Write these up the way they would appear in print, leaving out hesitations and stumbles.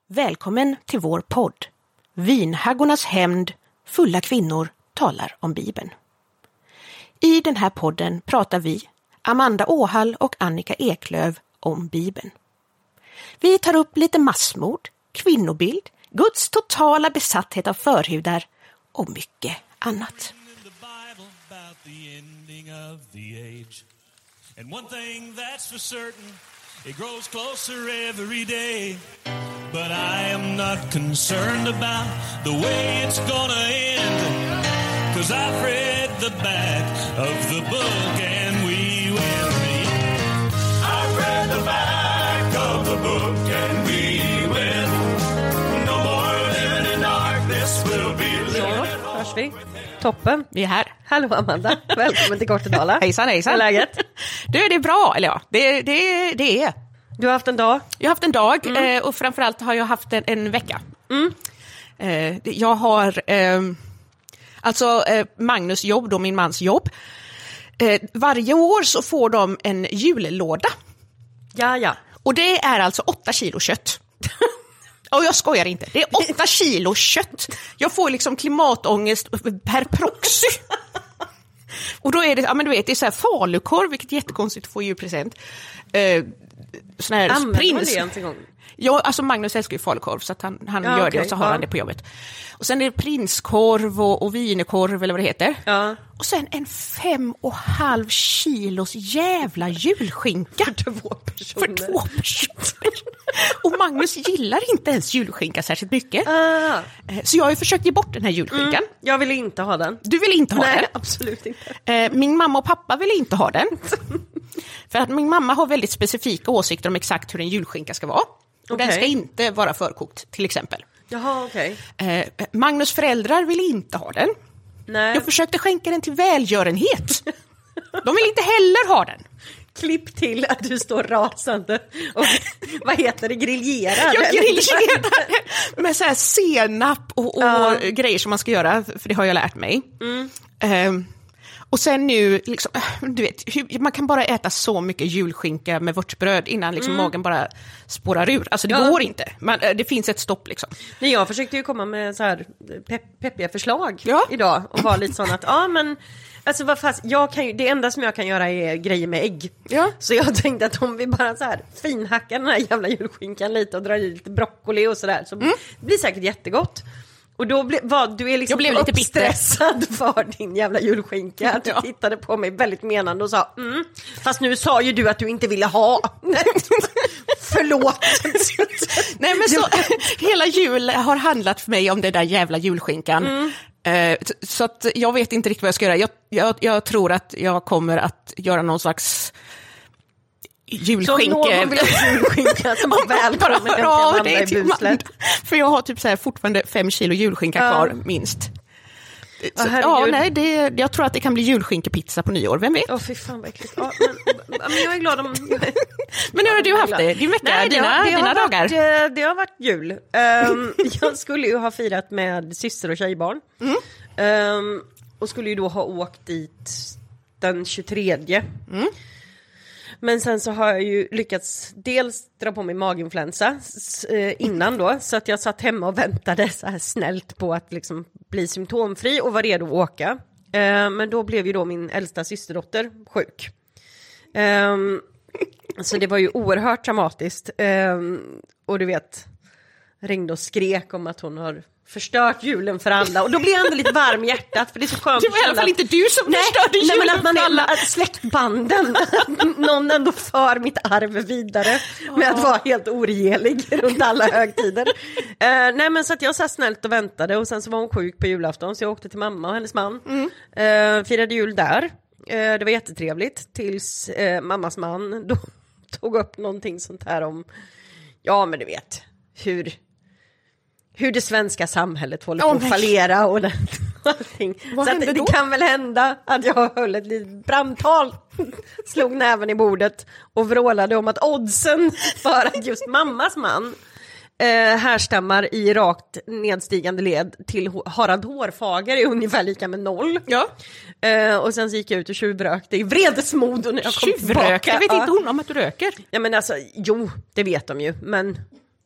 Välkommen till vår podd. Vinhaggornas hämnd, fulla kvinnor talar om Bibeln. I den här podden pratar vi, Amanda Åhall och Annika Eklöf, om Bibeln. Vi tar upp lite massmord, kvinnobild, Guds totala besatthet av förhudar och mycket annat. And one thing that's for certain, it grows closer every day. But I am not concerned about the way it's gonna end, 'cause I've read the back of the book and we will read. I've read the back of the book and we will. No more living in darkness, will be living. Så, hörs vi? Toppen. Vi är här. Hallå Amanda, välkommen till Kortedala. Hejsan, hejsan. Hur är läget? Du, det är bra, eller ja, det är. Du har haft en dag? Jag har haft en dag och framförallt har jag haft en vecka. Jag har, Magnus jobb, då min mans jobb. Varje år så får de en jullåda. Ja. Och det är alltså 8 kilo kött. Och jag skojar inte, det är 8 kilo kött. Jag får liksom klimatångest per proxy. Och då är det, ja men du vet, det är så här falukorv, vilket är jättekonstigt att få julpresent. Sån här prins. Ja, alltså Magnus älskar ju falukorv så att han gör det och så har han det på jobbet. Och sen är det prinskorv och vinerkorv eller vad det heter. Ja. Och sen en 5,5 kilos jävla julskinka. För 2 personer. Och Magnus gillar inte ens julskinka särskilt mycket. Så jag har ju försökt ge bort den här julskinkan. Jag vill inte ha den. Du vill inte ha den? Nej, absolut inte. Min mamma och pappa vill inte ha den. För att min mamma har väldigt specifika åsikter om exakt hur en julskinka ska vara. Och den ska inte vara förkokt, till exempel. Jaha, okej. Magnus föräldrar vill inte ha den. Nej. Jag försökte skänka den till välgörenhet. De vill inte heller ha den. Klipp till att du står rasande och, vad heter det, grillerad? Jag grillerad med så här senap och grejer som man ska göra, för det har jag lärt mig. Och sen nu, liksom, du vet, man kan bara äta så mycket julskinka med vörtbröd innan liksom magen bara spårar ur. Alltså det går inte. Det finns ett stopp liksom. Nej, jag försökte ju komma med så här peppiga förslag idag och vara lite sån att, alltså vad fast, det enda som jag kan göra är grejer med ägg. Ja. Så jag tänkte att om vi bara så här finhackar den här jävla julskinkan lite och drar i lite broccoli och sådär, så det blir säkert jättegott. Och då du är liksom jag blev lite stressad för din jävla julskinka. Du tittade på mig väldigt menande och sa fast nu sa ju du att du inte ville ha. Förlåt. Nej, men så hela jul har handlat för mig om det där jävla julskinkan. Så att jag vet inte riktigt vad jag ska göra. Jag tror att jag kommer att göra någon slags julskinka. Så någon vill ha julskinka som är välkommen det till Buslet. För jag har typ så här fortfarande 5 kilo julskinka kvar, minst. Jag tror att det kan bli julskinkepizza på nyår, vem vet? Fy fan vad äckligt. Men jag är glad om... Men hur har du haft det? Din vecka, dina dagar? Det har varit jul. Jag skulle ju ha firat med syster och tjejbarn. Och skulle ju då ha åkt dit den 23. Men sen så har jag ju lyckats dels dra på mig maginfluensa innan då. Så att jag satt hemma och väntade så här snällt på att liksom bli symptomfri och var redo att åka. Men då blev ju då min äldsta systerdotter sjuk. Så det var ju oerhört dramatiskt. Och du vet, ringde och skrek om att hon har förstört julen för alla. Och då blir jag ändå lite varm i hjärtat, för det är så skönt. Det var i alla fall inte du som förstörde julen men att man för alla. Att släktbanden, någon ändå för mitt arv vidare med att vara helt oregelig runt alla högtider. Nej, men så att jag satt snällt och väntade, och sen så var hon sjuk på julafton, så jag åkte till mamma och hennes man. Firade jul där. Det var jättetrevligt tills mammas man då tog upp någonting sånt här om, ja men du vet, hur det svenska samhället håller på att fallera och allting. Så att det kan väl hända att jag höll ett litet brandtal, slog näven i bordet och vrålade om att oddsen för att just mammas man härstammar i rakt nedstigande led till Harald Hårfager är ungefär lika med 0. Ja. Och sen så gick jag ut och tjuvrökte i vredesmod, och när jag kom tillbaka. Vet inte hon om att du röker? Ja, men alltså, jo, det vet de ju, men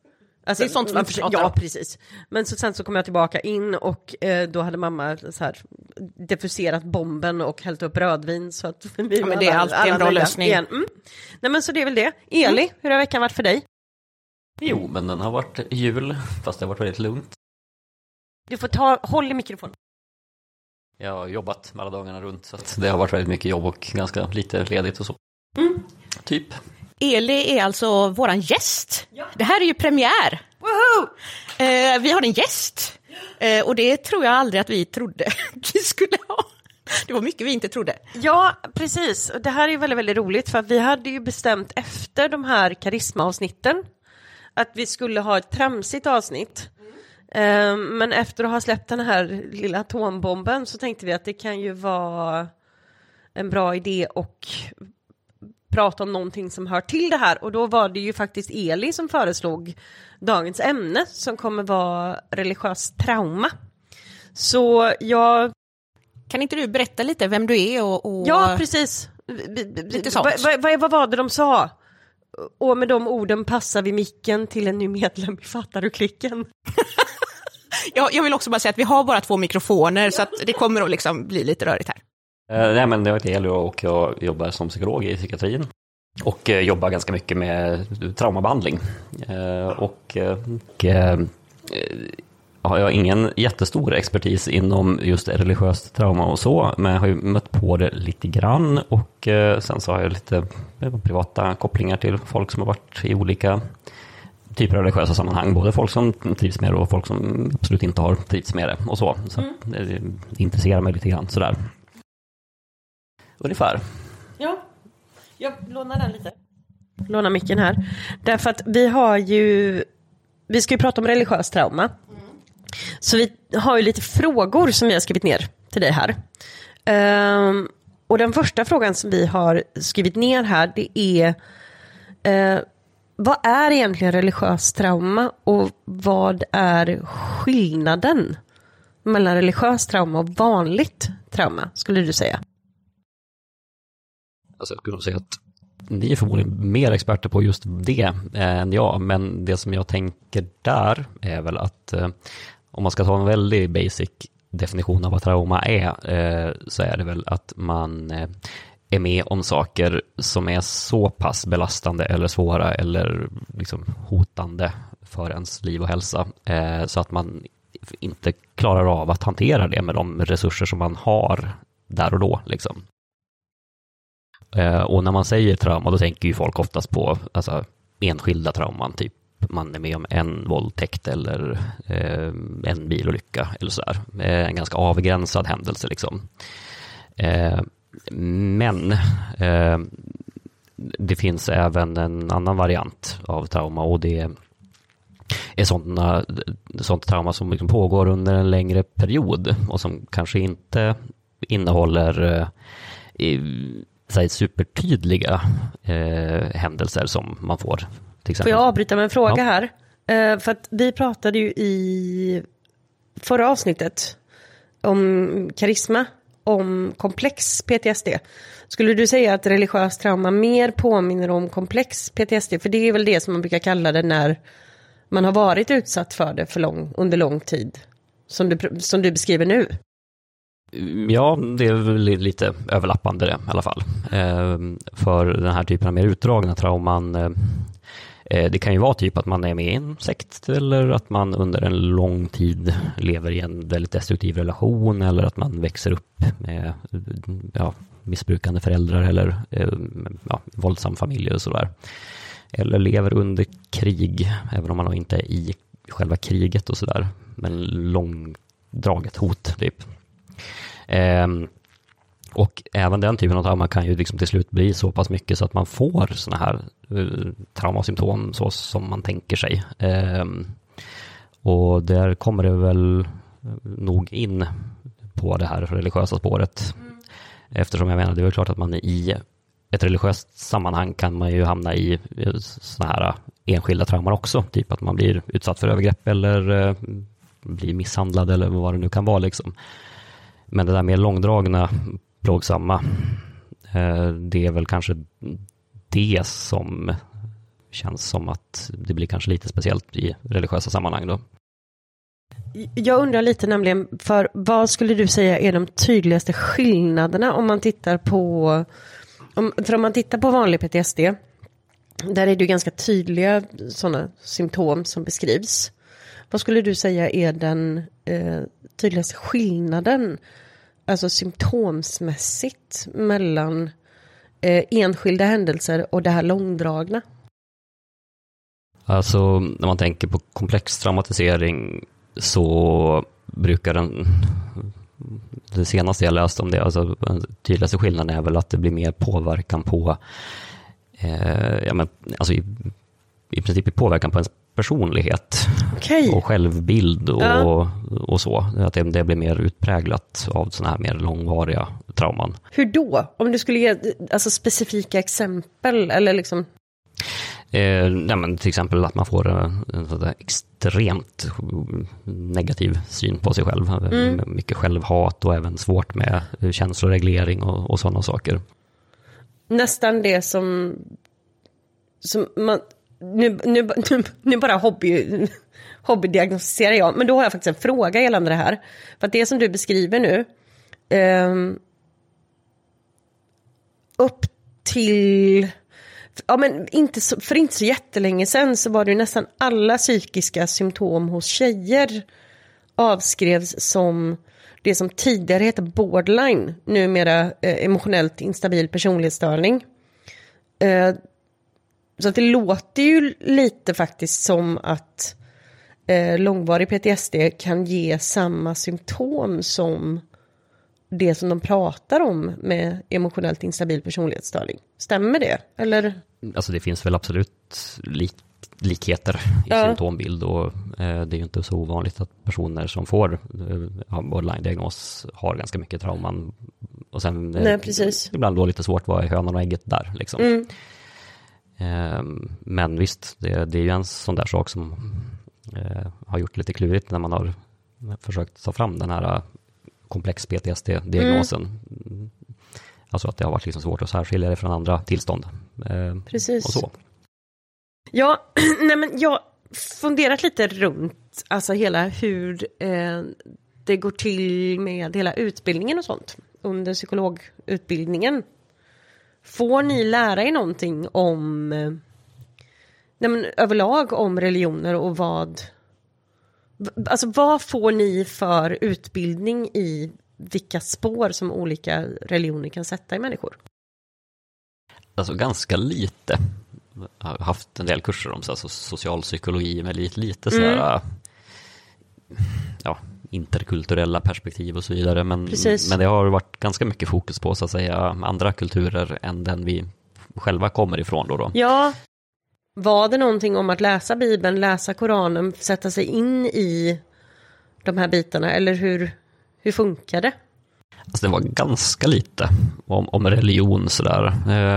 Alltså, Det är sånt som man pratar ja, om. precis. Men sen så kom jag tillbaka in och då hade mamma så här defuserat bomben och hällt upp rödvin. Så att vi Ja, men det är alltid en bra lösning. Igen. Nej, men så det är väl det. Eli, hur har veckan varit för dig? Jo, men den har varit jul, fast det har varit väldigt lugnt. Du får håll i mikrofonen. Jag har jobbat med alla dagarna runt, så att det har varit väldigt mycket jobb och ganska lite ledigt och så. Typ. Eli är alltså våran gäst. Ja. Det här är ju premiär. Woho! Vi har en gäst. Och det tror jag aldrig att vi trodde vi skulle ha. Det var mycket vi inte trodde. Ja, precis. Och det här är ju väldigt, väldigt roligt, för att vi hade ju bestämt efter de här karisma-avsnitten att vi skulle ha ett tramsigt avsnitt. Men efter att ha släppt den här lilla atombomben så tänkte vi att det kan ju vara en bra idé och prata om någonting som hör till det här. Och då var det ju faktiskt Eli som föreslog dagens ämne, som kommer vara religiöst trauma. Så jag... Kan inte du berätta lite vem du är och Ja, precis. lite sånt. Vad var det de sa? Och med de orden passar vi micken till en ny medlem i Fattar du klicken. Ja, jag vill också bara säga att vi har bara 2 mikrofoner så att det kommer att liksom bli lite rörigt här. Nej, men det heter Eli och jag jobbar som psykolog i psykiatrin. Och jobbar ganska mycket med traumabehandling. Jag har ingen jättestor expertis inom just religiöst trauma och så, men jag har ju mött på det lite grann, och sen så har jag lite privata kopplingar till folk som har varit i olika typer av religiösa sammanhang, både folk som trivs med det och folk som absolut inte har trivts med det och så det intresserar mig lite grann sådär. Ungefär. Ja, jag lånar den lite. Låna micken här. Därför att vi ska ju prata om religiöst trauma. Så vi har ju lite frågor som vi har skrivit ner till dig här. Och den första frågan som vi har skrivit ner här, det är vad är egentligen religiöst trauma och vad är skillnaden mellan religiöst trauma och vanligt trauma, skulle du säga? Alltså jag skulle säga att ni är förmodligen mer experter på just det än jag, men det som jag tänker där är väl att om man ska ta en väldigt basic definition av vad trauma är, så är det väl att man är med om saker som är så pass belastande eller svåra eller liksom hotande för ens liv och hälsa, så att man inte klarar av att hantera det med de resurser som man har där och då liksom. Och när man säger trauma, då tänker ju folk oftast på alltså, enskilda trauman, typ man är med om en våldtäkt eller en bilolycka eller sådär. En ganska avgränsad händelse liksom. Men det finns även en annan variant av trauma, och det är sånt trauma som liksom pågår under en längre period och som kanske inte innehåller supertydliga händelser som man får. Till exempel. Får jag avbryta med en fråga här? För att vi pratade ju i förra avsnittet om karisma, om komplex PTSD. Skulle du säga att religiöst trauma mer påminner om komplex PTSD? För det är väl det som man brukar kalla det när man har varit utsatt för det under lång tid, som du beskriver nu. Ja, det är väl lite överlappande det i alla fall. För den här typen av mer utdragna trauman, det kan ju vara typ att man är med i en sekt, eller att man under en lång tid lever i en väldigt destruktiv relation, eller att man växer upp med missbrukande föräldrar eller våldsam familj och sådär. Eller lever under krig, även om man inte är i själva kriget och sådär, men långdraget hot typ. Och även den typen av trauma kan ju liksom till slut bli så pass mycket så att man får såna här traumasymptom så som man tänker sig. Och där kommer det väl nog in på det här religiösa spåret. Eftersom jag menar, det är väl klart att man i ett religiöst sammanhang kan man ju hamna i såna här enskilda trauman också. Typ att man blir utsatt för övergrepp eller blir misshandlad eller vad det nu kan vara liksom. Men det där mer långdragna, plågsamma, det är väl kanske det som känns som att det blir kanske lite speciellt i religiösa sammanhang då. Jag undrar lite nämligen, för vad skulle du säga är de tydligaste skillnaderna om man tittar på, om man tittar på vanlig PTSD, där är det ju ganska tydliga sådana symptom som beskrivs. Vad skulle du säga är den tydligaste skillnaden, alltså symptomsmässigt, mellan enskilda händelser och det här långdragna? Alltså när man tänker på komplex traumatisering så brukar det senaste jag läst om det, alltså den tydligaste skillnaden är väl att det blir mer påverkan på alltså i princip påverkan på ens personlighet och självbild och så. Att det blir mer utpräglat av såna här mer långvariga trauman. Hur då? Om du skulle ge alltså specifika exempel eller liksom... men till exempel att man får en sån extremt negativ syn på sig själv. Mycket självhat och även svårt med känsloreglering och sådana saker. Nästan det som man... Nu bara hobbydiagnostiserar jag, men då har jag faktiskt en fråga gällande det här. För att det som du beskriver nu, upp till... Ja, men inte så jättelänge sedan så var det ju nästan alla psykiska symptom hos tjejer avskrevs som det som tidigare hette borderline, numera emotionellt instabil personlighetsstörning. Så att det låter ju lite faktiskt som att långvarig PTSD kan ge samma symptom som det som de pratar om med emotionellt instabil personlighetsstörning. Stämmer det? Eller? Alltså det finns väl absolut likheter i symptombild och det är ju inte så ovanligt att personer som får borderline-diagnos har ganska mycket trauman och sen ibland då lite svårt vad är hönan och ägget där liksom. Men visst, det är ju en sån där sak som har gjort lite klurigt när man har försökt ta fram den här komplex PTSD-diagnosen. Alltså att det har varit liksom svårt att särskilja det från andra tillstånd. Precis. Och så. Ja, nej men jag funderat lite runt alltså hela hur det går till med hela utbildningen och sånt under psykologutbildningen. Får ni lära er någonting om överlag om religioner och vad får ni för utbildning i vilka spår som olika religioner kan sätta i människor? Alltså ganska lite. Jag har haft en del kurser om alltså socialpsykologi med lite sådär interkulturella perspektiv och så vidare. Men det har varit ganska mycket fokus på så att säga andra kulturer än den vi själva kommer ifrån då. Ja, var det någonting om att läsa Bibeln, läsa Koranen, sätta sig in i de här bitarna eller hur funkar det? Alltså det var ganska lite om religion sådär.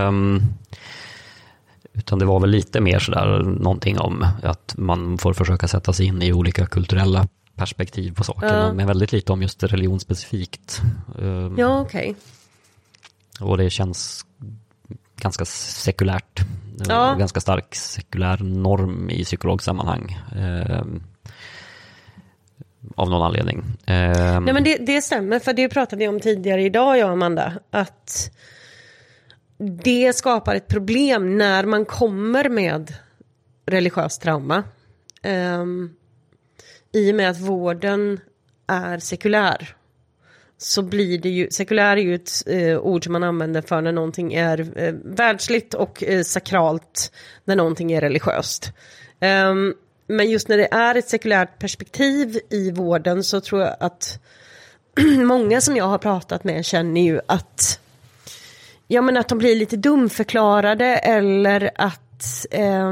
Utan det var väl lite mer sådär någonting om att man får försöka sätta sig in i olika kulturella perspektiv på saker, men väldigt lite om just religion specifikt. Ja, okej. Och det känns ganska sekulärt. Ganska stark sekulär norm i psykologsammanhang. Av någon anledning. Nej, men det stämmer, för det pratade vi om tidigare idag, jag och Amanda, att det skapar ett problem när man kommer med religiös trauma. I och med att vården är sekulär så blir det ju, sekulär är ju ett ord som man använder för när någonting är världsligt och sakralt när någonting är religiöst. Men just när det är ett sekulärt perspektiv i vården så tror jag att många som jag har pratat med känner ju att att de blir lite dumförklarade eller att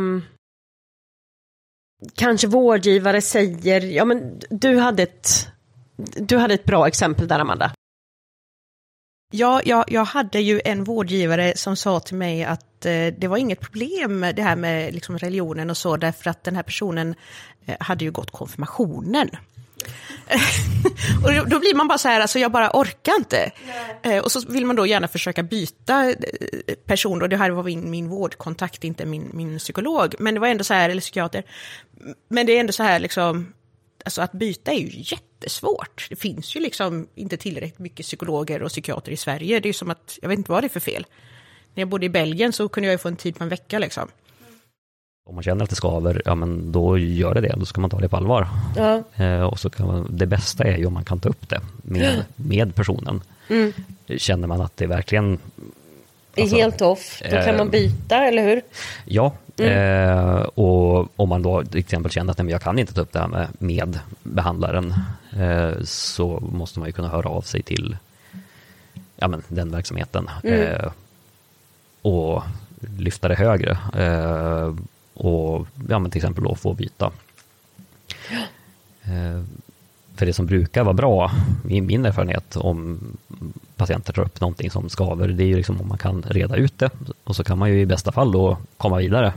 kanske vårdgivare säger du hade ett bra exempel där, Amanda. Ja, jag hade ju en vårdgivare som sa till mig att det var inget problem det här med liksom religionen och så, därför att den här personen hade ju gått konfirmationen. Och då blir man bara så här, alltså jag bara orkar inte. Och så vill man då gärna försöka byta person, och det här var min vårdkontakt, inte min psykolog. Men det var ändå så här, eller psykiater. Men det är ändå så här liksom, alltså att byta är ju jättesvårt. Det finns ju liksom inte tillräckligt mycket psykologer och psykiater i Sverige. Det är ju som att, jag vet inte vad det är för fel. När jag bodde i Belgien så kunde jag ju få en tid på en vecka liksom. Om man känner att det skaver, ja men då gör det. Då ska man ta det på allvar. Ja. Och så kan man, det bästa är ju om man kan ta upp det med personen. Känner man att det verkligen är helt off, då kan man byta, eller hur? Ja, och om man då till exempel känner att nej, jag kan inte ta upp det här med behandlaren, så måste man ju kunna höra av sig till den verksamheten och lyfta det högre. Och till exempel då få byta. För det som brukar vara bra i min erfarenhet om patienter tar upp någonting som skaver, det är ju liksom om man kan reda ut det, och så kan man ju i bästa fall då komma vidare.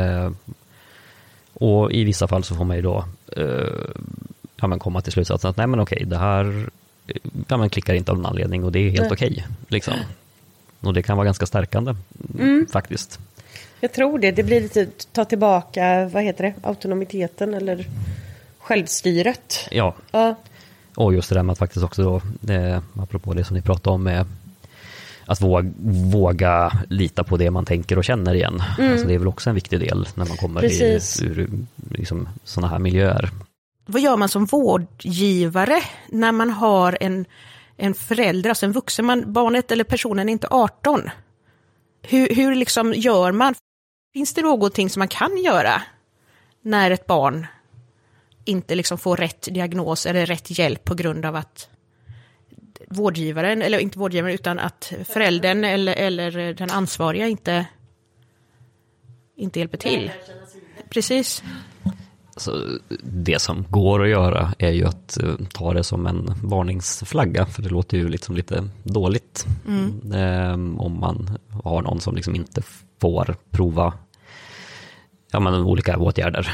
Och i vissa fall så får man ju då komma till slutsatsen att nej men okej, det här man klickar inte av någon anledning, och det är helt okej liksom. Och det kan vara ganska stärkande faktiskt. Jag tror det blir lite ta tillbaka, vad heter det, autonomiteten eller självstyret. Ja. Och just det där med att faktiskt också då, apropå det som ni pratade om, med att våga lita på det man tänker och känner igen. Alltså det är väl också en viktig del när man kommer ur liksom såna här miljöer. Vad gör man som vårdgivare när man har en förälder, alltså en vuxen, barnet eller personen är inte 18? Hur liksom gör man? Finns det någonting som man kan göra när ett barn inte liksom får rätt diagnos eller rätt hjälp på grund av att vårdgivaren, eller inte vårdgivaren, utan att föräldern eller den ansvariga inte hjälper till? Precis. Så det som går att göra är ju att ta det som en varningsflagga, för det låter ju liksom lite dåligt om man har någon som liksom inte får prova olika åtgärder.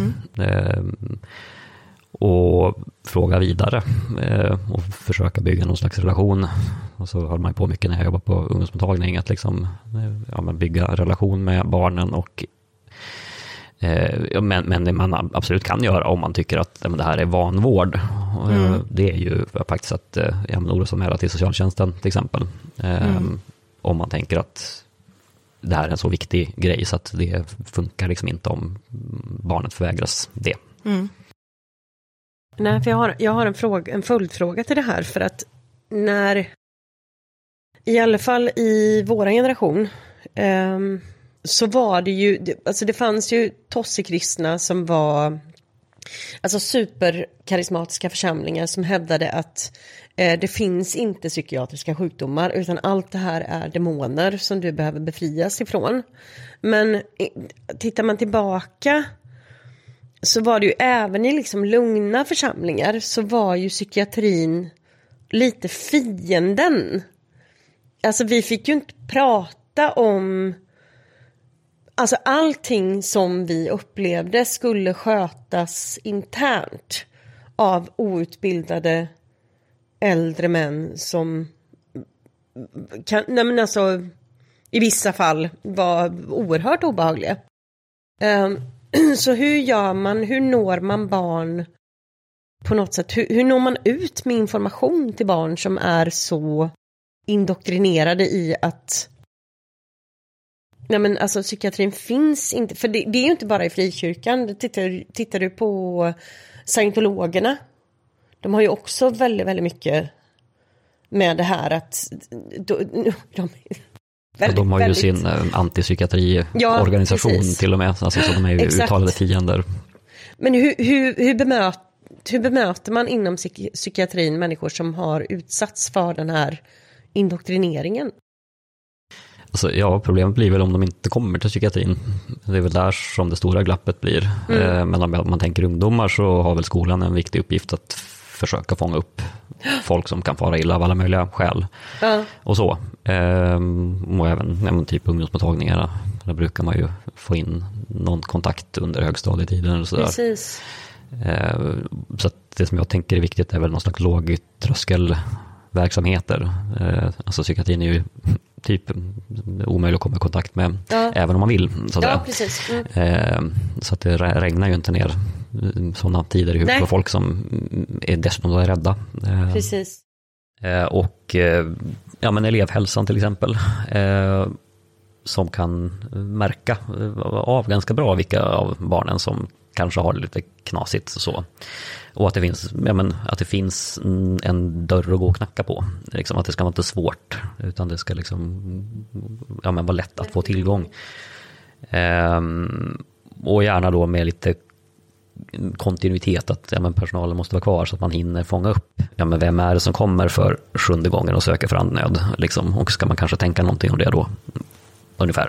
Och fråga vidare och försöka bygga någon slags relation. Och så höll man ju på mycket när jag jobbade på ungdomsmottagning, att liksom bygga relation med barnen, och men det man absolut kan göra om man tycker att det här är vanvård, det är ju faktiskt att orosanmäla till socialtjänsten till exempel. Om man tänker att det här är en så viktig grej så att det funkar liksom inte om barnet förvägras det. Nej, för jag har en följdfråga till det här, för att när, i alla fall i våra generation, så var det ju, alltså det fanns ju tossekristna som var alltså superkarismatiska församlingar som hävdade att det finns inte psykiatriska sjukdomar, utan allt det här är demoner som du behöver befrias ifrån. Men tittar man tillbaka så var det ju även i liksom lugna församlingar, så var ju psykiatrin lite fienden. Alltså vi fick ju inte prata om, alltså allting som vi upplevde skulle skötas internt av outbildade äldre män som i vissa fall var oerhört obehagliga. Så hur når man barn på något sätt? Hur når man ut med information till barn som är så indoktrinerade i att psykiatrin finns inte, för det är ju inte bara i frikyrkan. Tittar du på scientologerna, de har ju också väldigt, väldigt mycket med det här att de har ju sin antipsykiatri-organisation till och med, alltså, så de är ju uttalade fiender. Men hur bemöter man inom psykiatrin människor som har utsatts för den här indoktrineringen? Alltså, problemet blir väl om de inte kommer till psykiatrin. Det är väl där som det stora glappet blir. Men om man tänker ungdomar, så har väl skolan en viktig uppgift att försöka fånga upp folk som kan fara illa av alla möjliga skäl. Och så. Och även typ ungdomsmottagningarna. Där brukar man ju få in någon kontakt under högstadietiden och sådär. Precis. Så att det som jag tänker är viktigt är väl någon slags lågtröskelverksamheter. Alltså psykiatrin är ju typ omöjligt att komma i kontakt med, även om man vill. Så att ja, precis. Så att det regnar ju inte ner sådana tider i huvudet på folk som är dessutom är rädda. Precis. Och ja, men elevhälsan till exempel, som kan märka av ganska bra vilka av barnen som kanske har det lite knasigt så. Och att det finns, att det finns en dörr att gå och knacka på. Liksom att det ska vara inte svårt, utan det ska liksom vara lätt att få tillgång. Och gärna då med lite kontinuitet, att personalen måste vara kvar så att man hinner fånga upp vem är det som kommer för 7:e gången och söker för andnöd liksom, och ska man kanske tänka någonting om det då ungefär.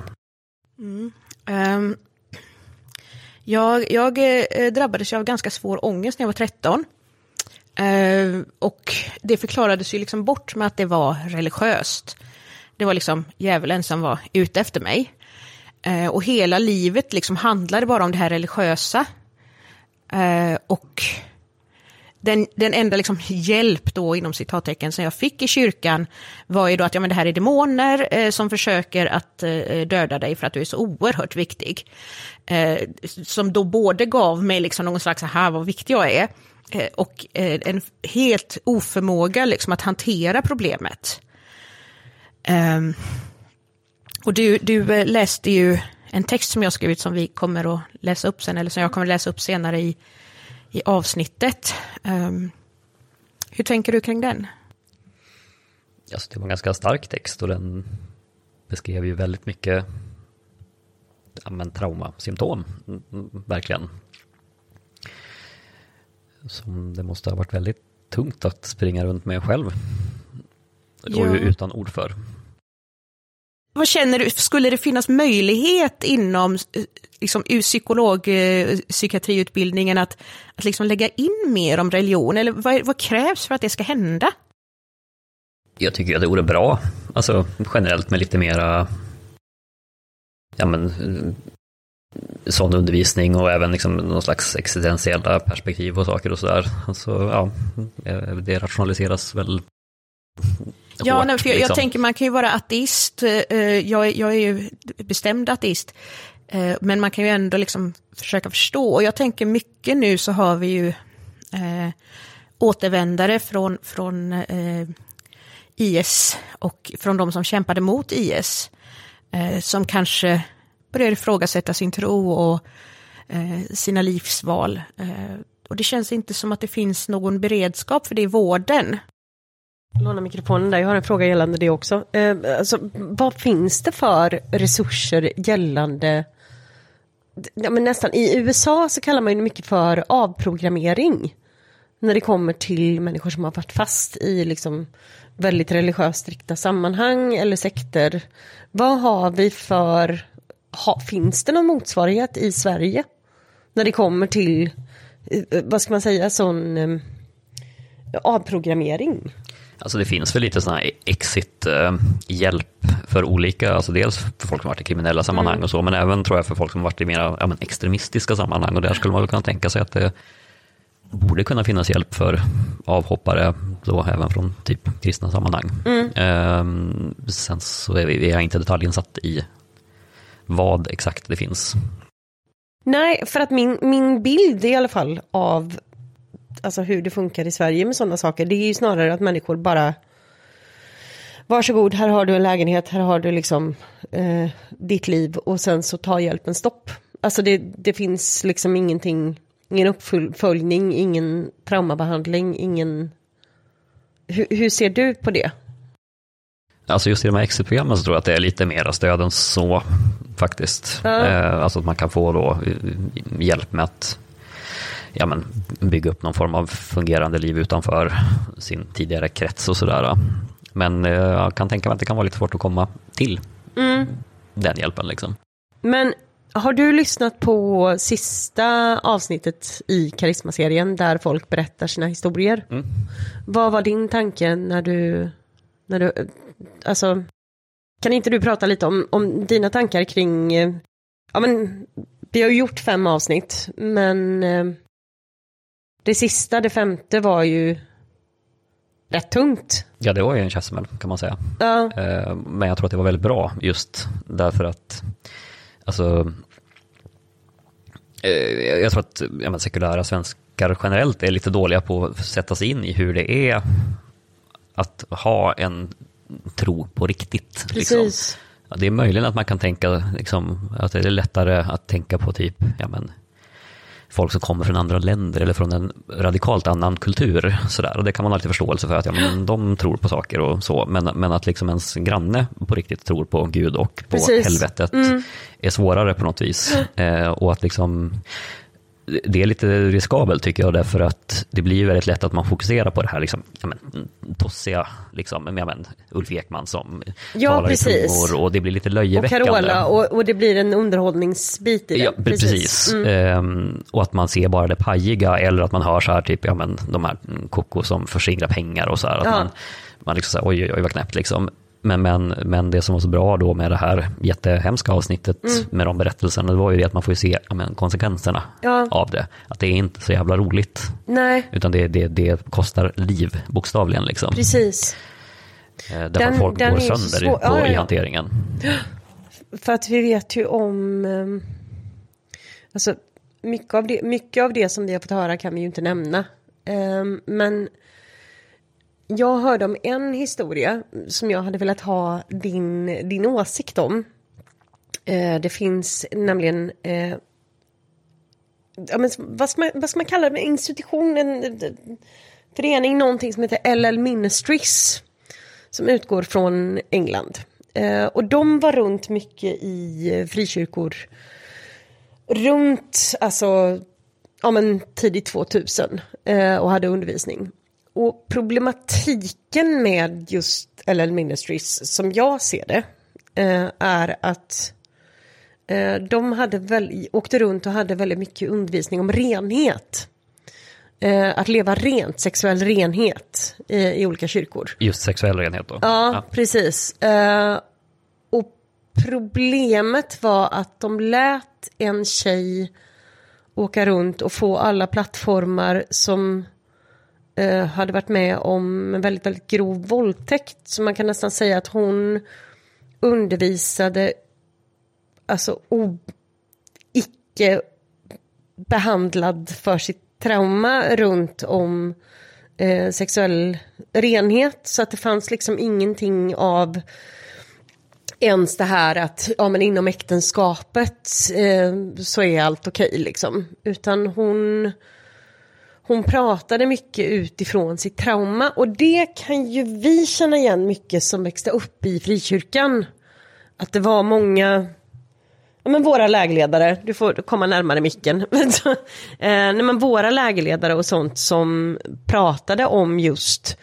Jag drabbades av ganska svår ångest när jag var 13. Och det förklarades ju liksom bort med att det var religiöst. Det var liksom djävulen som var ute efter mig. Och hela livet liksom handlade bara om det här religiösa. Och den enda liksom hjälp då inom citattecken som jag fick i kyrkan var ju då att det här är demoner som försöker att döda dig för att du är så oerhört viktig. Som då både gav mig liksom någon slags vad viktig jag är, och en helt oförmåga liksom att hantera problemet. Och du läste ju en text som jag skrivit som vi kommer att läsa upp sen, eller som jag kommer att läsa upp senare i avsnittet. Hur tänker du kring den? Alltså, det var en ganska stark text och den beskrev ju väldigt mycket traumasymptom, verkligen. Som det måste ha varit väldigt tungt att springa runt med själv. Och utan ord för. Vad känner du, skulle det finnas möjlighet inom liksom, psykiatriutbildningen att liksom lägga in mer om religion? Eller vad krävs för att det ska hända? Jag tycker att det vore bra. Alltså generellt med lite mera sån undervisning och även liksom någon slags existentiella perspektiv och saker och sådär. Alltså det rationaliseras väl. Ja, hårt, för jag tänker man kan ju vara ateist. Jag är ju bestämd ateist. Men man kan ju ändå liksom försöka förstå. Och jag tänker mycket nu så har vi ju återvändare från IS och från de som kämpade mot IS. Som kanske börjar ifrågasätta sin tro och sina livsval. Och det känns inte som att det finns någon beredskap för det i vården. Låna mikrofonen där, jag har en fråga gällande det också. Alltså, vad finns det för resurser gällande, nästan i USA så kallar man ju mycket för avprogrammering när det kommer till människor som har varit fast i liksom väldigt religiöst strikta sammanhang eller sekter. Vad har vi för, finns det någon motsvarighet i Sverige när det kommer till, vad ska man säga, sån avprogrammering? Alltså det finns väl lite sån här exit-hjälp för olika, alltså dels för folk som varit i kriminella sammanhang och så, men även tror jag för folk som varit i mer extremistiska sammanhang, och där skulle man väl kunna tänka sig att det borde kunna finnas hjälp för avhoppare då även från typ kristna sammanhang. Sen så är jag inte detaljinsatt i vad exakt det finns. Nej, för att min bild i alla fall av alltså hur det funkar i Sverige med sådana saker, det är ju snarare att människor bara varsågod, här har du en lägenhet, här har du liksom ditt liv, och sen så tar hjälpen stopp. Alltså det finns liksom ingenting, ingen uppföljning, ingen traumabehandling, ingen. Hur ser du på det? Alltså just i de här exitprogrammen så tror jag att det är lite mer stöd än så faktiskt. Alltså att man kan få då hjälp med att bygga upp någon form av fungerande liv utanför sin tidigare krets och sådär. Men jag kan tänka mig att det kan vara lite svårt att komma till den hjälpen liksom. Men har du lyssnat på sista avsnittet i Karisma-serien där folk berättar sina historier? Vad var din tanke när du alltså, kan inte du prata lite om dina tankar kring vi har ju gjort 5 avsnitt, men det sista, det 5:e var ju rätt tungt. Ja, det var ju en käftsmäll kan man säga. Ja. Men jag tror att det var väldigt bra just därför att alltså jag tror att sekulära svenskar generellt är lite dåliga på att sätta sig in i hur det är att ha en tro på riktigt. Precis. Liksom. Ja, det är möjligen att man kan tänka liksom, att det är lättare att tänka på typ folk som kommer från andra länder eller från en radikalt annan kultur. Sådär. Och det kan man ha lite förståelse för att de tror på saker och så. Men att liksom ens granne på riktigt tror på Gud och på helvetet är svårare på något vis. Och att liksom det är lite riskabelt tycker jag därför att det blir väldigt lätt att man fokuserar på det här liksom, tossiga liksom, Ulf Ekman som talar i tungor och det blir lite löjeväckande. Och Carola och det blir en underhållningsbit i det. Ja, precis. Och att man ser bara det pajiga eller att man hör så här typ, de här koko som förskingrar pengar och så här. Att man liksom så här, oj vad knäppt liksom. Men det som var så bra då med det här jättehemska avsnittet med de berättelserna, det var ju det att man får ju se konsekvenserna av det. Att det är inte så jävla roligt. Nej. Utan det kostar liv, bokstavligen liksom. Precis. Därför att folk går sönder i hanteringen. För att vi vet ju om alltså mycket av det som vi har fått höra kan vi ju inte nämna. Men jag hörde om en historia som jag hade velat ha din åsikt om. Det finns nämligen vad ska man kalla det? En institution, en förening, någonting som heter LL Ministries som utgår från England. Och de var runt mycket i frikyrkor runt tidigt 2000 och hade undervisning. Och problematiken med just LL Ministries som jag ser det är att de åkte runt och hade väldigt mycket undervisning om renhet. Att leva rent, sexuell renhet i olika kyrkor. Just sexuell renhet då? Ja. Precis. Och problemet var att de lät en tjej åka runt och få alla plattformar som hade varit med om en väldigt, väldigt grov våldtäkt. Så man kan nästan säga att hon undervisade icke behandlad för sitt trauma runt om sexuell renhet. Så att det fanns liksom ingenting av ens det här att inom äktenskapet så är allt okej liksom. Utan hon pratade mycket utifrån sitt trauma. Och det kan ju vi känna igen mycket som växte upp i frikyrkan. Att det var många våra lägerledare, du får komma närmare micken. Våra lägerledare och sånt som pratade om just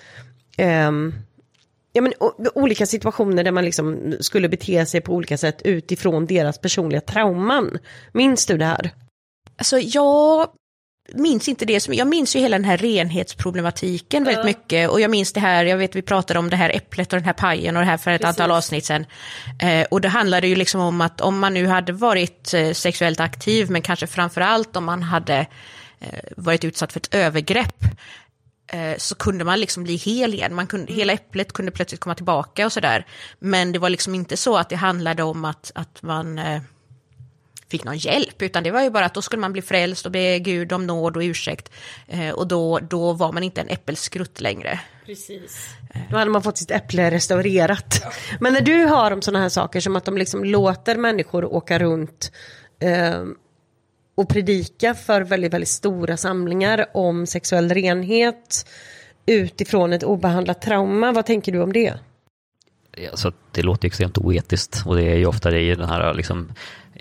olika situationer där man liksom skulle bete sig på olika sätt utifrån deras personliga trauman. Minns du det här? Alltså jag minns inte det. Jag minns ju hela den här renhetsproblematiken väldigt mycket. Och jag minns det här, jag vet vi pratade om det här äpplet och den här pajen och det här för ett antal avsnitt sedan. Och det handlade ju liksom om att om man nu hade varit sexuellt aktiv, men kanske framförallt om man hade varit utsatt för ett övergrepp, så kunde man liksom bli hel igen. Hela äpplet kunde plötsligt komma tillbaka och sådär. Men det var liksom inte så att det handlade om att man fick någon hjälp, utan det var ju bara att då skulle man bli frälst och be Gud om nåd och ursäkt, och då var man inte en äppelskrutt längre. Precis. Då hade man fått sitt äpple restaurerat. Ja. Men när du hör om sådana här saker som att de liksom låter människor åka runt och predika för väldigt, väldigt stora samlingar om sexuell renhet utifrån ett obehandlat trauma, vad tänker du om det? Så det låter extremt oetiskt, och det är ju ofta det i den här liksom,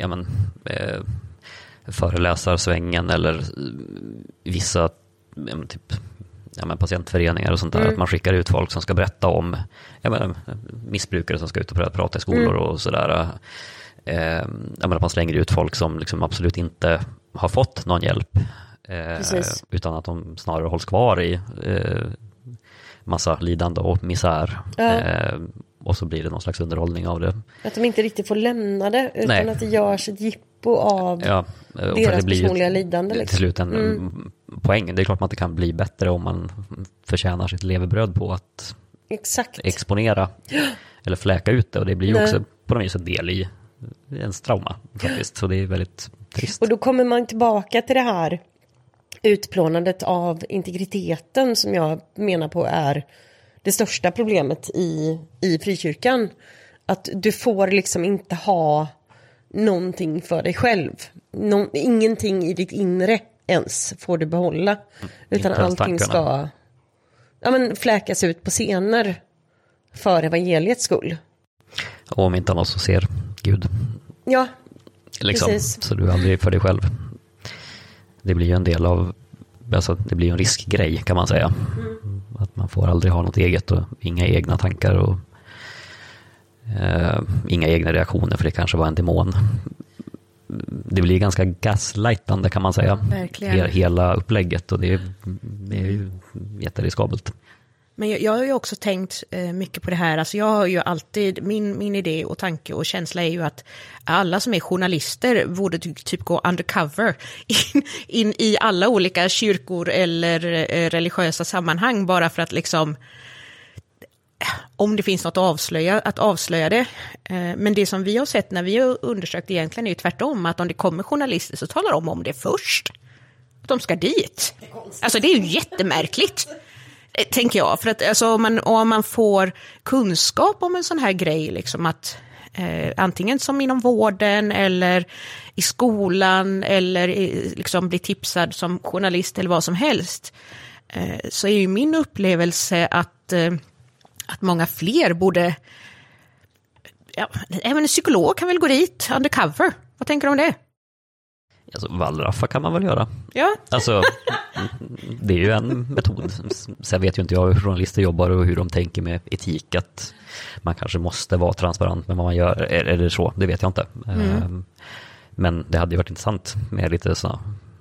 föreläsarsvängen eller vissa patientföreningar och sånt där, att man skickar ut folk som ska berätta om missbrukare som ska ut och prata i skolor och sådär. Att man slänger ut folk som liksom absolut inte har fått någon hjälp, utan att de snarare hålls kvar i massa lidande och misär. Och så blir det någon slags underhållning av det. Att de inte riktigt får lämna det, utan att det görs ett jippo av deras personliga lidande. Till slut en poäng. Det är klart man inte kan bli bättre om man förtjänar sitt levebröd på att Exakt. exponera eller fläka ut det. Och det blir ju också på något vis en del i ens trauma faktiskt. Så det är väldigt trist. Och då kommer man tillbaka till det här utplånandet av integriteten som jag menar på är det största problemet i frikyrkan. Att du får liksom inte ha någonting för dig själv. Ingenting i ditt inre ens får du behålla. Utan allting ska fläkas ut på scener för evangeliets skull. Och om inte annars så ser Gud. Ja, liksom, precis. så du är aldrig för dig själv. Det blir ju en del av, alltså det blir ju en riskgrej kan man säga. Att man får aldrig ha något eget och inga egna tankar och inga egna reaktioner för det kanske var en demon. Det blir ganska gaslightande kan man säga. Verkligen. Hela upplägget och det är ju jätteriskabelt. Men jag har ju också tänkt mycket på det här. Alltså jag har ju alltid, min idé och tanke och känsla är ju att alla som är journalister borde typ gå undercover in i alla olika kyrkor eller religiösa sammanhang bara för att liksom, om det finns något att avslöja det. Men det som vi har sett när vi har undersökt egentligen är ju tvärtom, att om det kommer journalister så talar de om det först. De ska dit. Alltså det är ju jättemärkligt. Tänker jag, för att alltså, om man får kunskap om en sån här grej, liksom att antingen som inom vården eller i skolan eller liksom bli tipsad som journalist eller vad som helst, så är ju min upplevelse att många fler borde, även en psykolog kan väl gå dit undercover. Vad tänker du om det? Alltså, wallraffa kan man väl göra. Ja. Alltså, det är ju en metod. Sen vet ju inte jag hur journalister jobbar och hur de tänker med etik. Att man kanske måste vara transparent med vad man gör. Eller så, det vet jag inte. Men det hade ju varit intressant med lite så,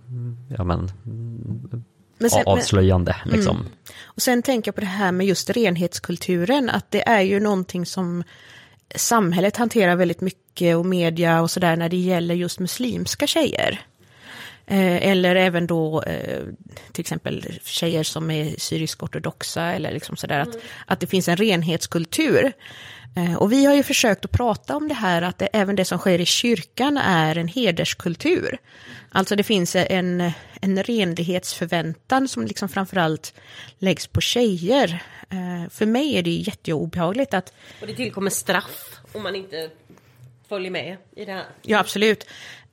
avslöjande. Liksom. Och sen tänker jag på det här med just renhetskulturen. Att det är ju någonting som samhället hanterar väldigt mycket och media och sådär när det gäller just muslimska tjejer. Eller även då till exempel tjejer som är syrisk-ortodoxa eller liksom sådär, att det finns en renhetskultur. Och vi har ju försökt att prata om det här, att även det som sker i kyrkan är en hederskultur. Alltså det finns en renlighetsförväntan som liksom framförallt läggs på tjejer. För mig är det jätteobehagligt att... Och det tillkommer straff om man inte följer med i det här. Ja, absolut.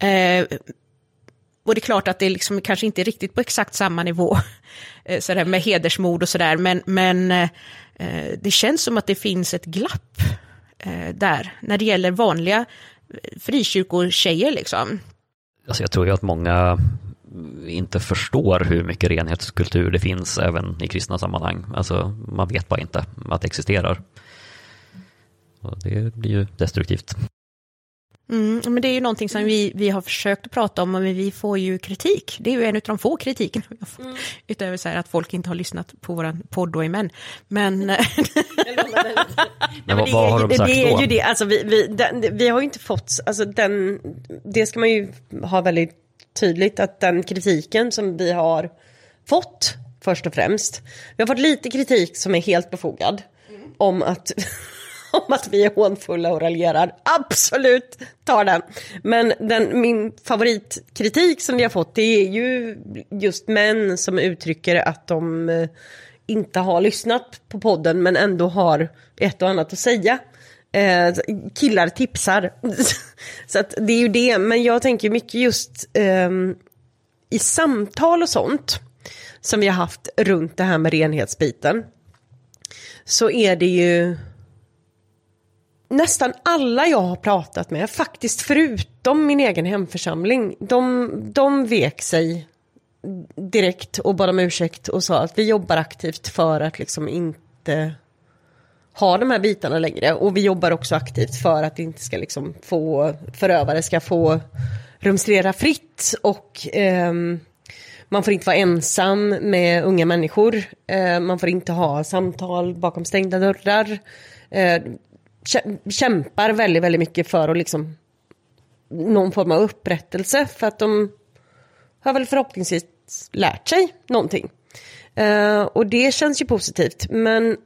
Och det är klart att det liksom kanske inte är riktigt på exakt samma nivå sådär med hedersmord och sådär, men det känns som att det finns ett glapp där när det gäller vanliga frikyrkotjejer liksom. Alltså jag tror ju att många inte förstår hur mycket renhetskultur det finns även i kristna sammanhang. Alltså man vet bara inte att det existerar. Och det blir ju destruktivt. Men det är ju någonting som vi har försökt att prata om, men vi får ju kritik. Det är ju en av de få kritiken utöver så här att folk inte har lyssnat på våran podd och är män. Men vad har de sagt då? Det är ju det, alltså vi har ju inte fått, alltså det ska man ju ha väldigt tydligt, att den kritiken som vi har fått först och främst, vi har fått lite kritik som är helt befogad om att vi är hånfulla och raljerar. Absolut, ta den. Men min favoritkritik som vi har fått, det är ju just män som uttrycker att de inte har lyssnat på podden men ändå har ett och annat att säga. Killar tipsar. Så att det är ju det. Men jag tänker mycket just i samtal och sånt som vi har haft runt det här med renhetsbiten, så är det ju nästan alla jag har pratat med, faktiskt förutom min egen hemförsamling, de vek sig direkt och bad om ursäkt och sa att vi jobbar aktivt för att liksom inte ha de här bitarna längre. Och vi jobbar också aktivt för att det inte ska liksom få förövare ska få rumstrera fritt, och man får inte vara ensam med unga människor. Man får inte ha samtal bakom stängda dörrar. Kämpar väldigt, väldigt mycket för att liksom någon form av upprättelse, för att de har väl förhoppningsvis lärt sig någonting. Och det känns ju positivt. Men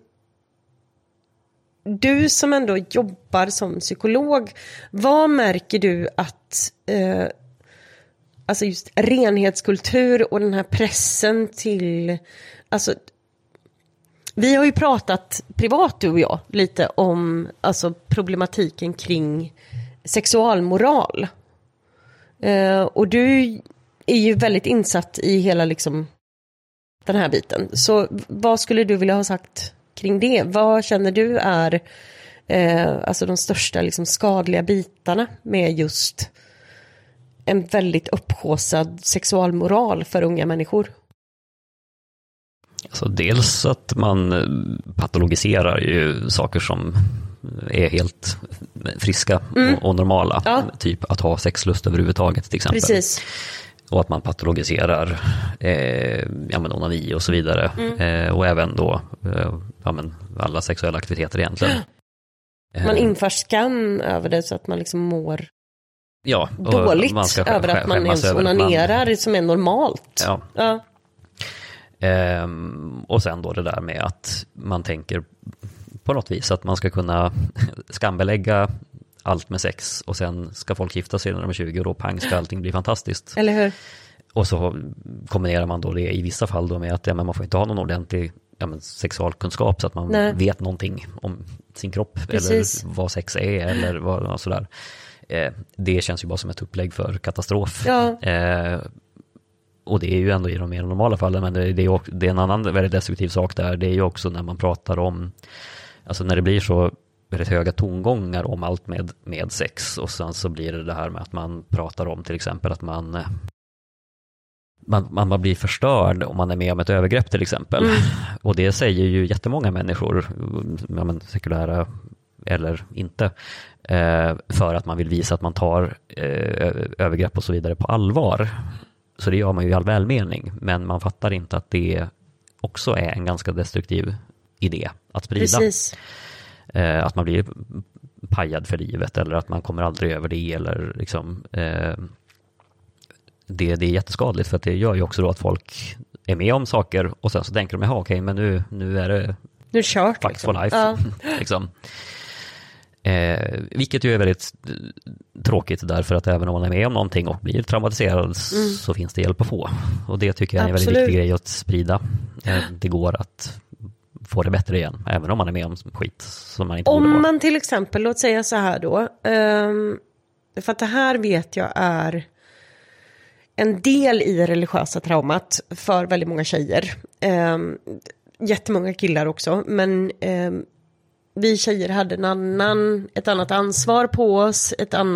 du som ändå jobbar som psykolog, vad märker du att alltså just renhetskultur och den här pressen till, alltså vi har ju pratat privat du och jag lite om alltså problematiken kring sexualmoral. Och du är ju väldigt insatt i hela liksom den här biten. Så vad skulle du vilja ha sagt kring det? Vad känner du är alltså de största liksom skadliga bitarna med just en väldigt upphaussad sexualmoral för unga människor? Alltså dels att man patologiserar ju saker som är helt friska och normala. Ja. Typ att ha sexlust överhuvudtaget till exempel. Precis. Och att man patologiserar onani och så vidare. Och även då alla sexuella aktiviteter egentligen. Man inför skam över det så att man liksom mår och dåligt man ska över att man ens onanerar som är normalt. Ja. Och sen då det där med att man tänker på något vis att man ska kunna skambelägga allt med sex och sen ska folk gifta sig när de är 20 och då pang ska allting bli fantastiskt. Eller hur? Och så kombinerar man då det i vissa fall då med att man får inte ha någon ordentlig sexualkunskap så att man vet någonting om sin kropp. Precis. Eller vad sex är eller vad sådär. Det känns ju bara som ett upplägg för katastrof. Ja. Och det är ju ändå i de mer normala fallen, men det är en annan väldigt destruktiv sak där. Det är ju också när man pratar om, alltså när det blir så väldigt höga tongångar om allt med sex och sen så blir det här med att man pratar om till exempel att man blir förstörd om man är med om ett övergrepp till exempel. Och det säger ju jättemånga människor, sekulära eller inte, för att man vill visa att man tar övergrepp och så vidare på allvar. Så det gör man ju i all välmening, men man fattar inte att det också är en ganska destruktiv idé att sprida. Precis. Att man blir pajad för livet eller att man kommer aldrig över det eller liksom det är jätteskadligt för att det gör ju också då att folk är med om saker och sen så tänker de okej, men nu är det kört fuck for life. Liksom. Vilket ju är väldigt tråkigt därför att även om man är med om någonting och blir traumatiserad så finns det hjälp att få. Och det tycker jag är en väldigt viktig grej att sprida. Det går att få det bättre igen, även om man är med om skit som man inte borde vara. Om man till exempel, låt säga så här då, för att det här vet jag är en del i religiösa traumat för väldigt många tjejer. Jättemånga killar också, men vi tjejer hade ett annat ansvar på oss,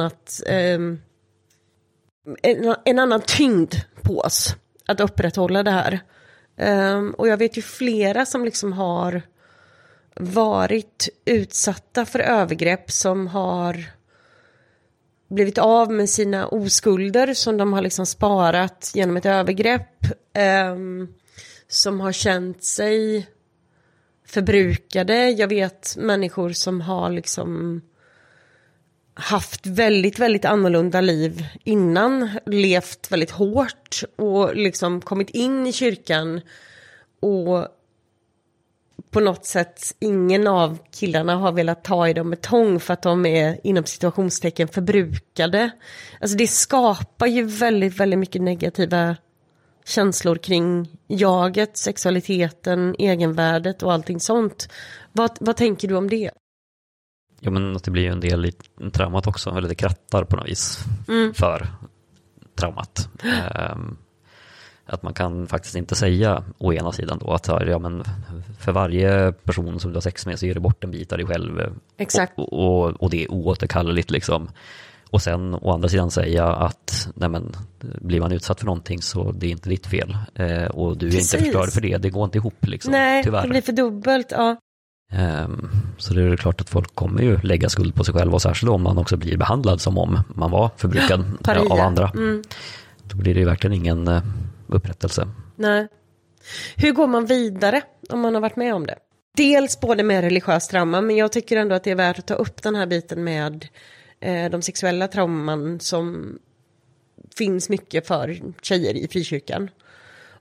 en annan tyngd på oss att upprätthålla det här. Och jag vet ju flera som liksom har varit utsatta för övergrepp som har blivit av med sina oskulder som de har liksom sparat genom ett övergrepp, som har känt sig förbrukade. Jag vet människor som har liksom haft väldigt, väldigt annorlunda liv innan, levt väldigt hårt och liksom kommit in i kyrkan och på något sätt ingen av killarna har velat ta i dem med tång för att de är inom situationstecken förbrukade. Alltså det skapar ju väldigt, väldigt mycket negativa känslor kring jaget, sexualiteten, egenvärdet och allting sånt. Vad tänker du om det? Ja, men att det blir ju en del i traumat också, eller det krattar på något vis för traumat. Att man kan faktiskt inte säga å ena sidan då att men för varje person som du har sex med så ger du bort en bit av dig själv. Exakt. Och det är oåterkalleligt liksom. Och sen å andra sidan säga att blir man utsatt för någonting så det är inte ditt fel. Och du är inte förstörd för det. Det går inte ihop liksom. Nej, tyvärr. Det blir för dubbelt, ja. Så det är klart att folk kommer ju lägga skuld på sig själva och särskilt om man också blir behandlad som om man var förbrukad av andra. Då blir det ju verkligen ingen upprättelse. Nej. Hur går man vidare om man har varit med om det? Dels både med religiös trauma, men jag tycker ändå att det är värt att ta upp den här biten med de sexuella trauman som finns mycket för tjejer i frikyrkan.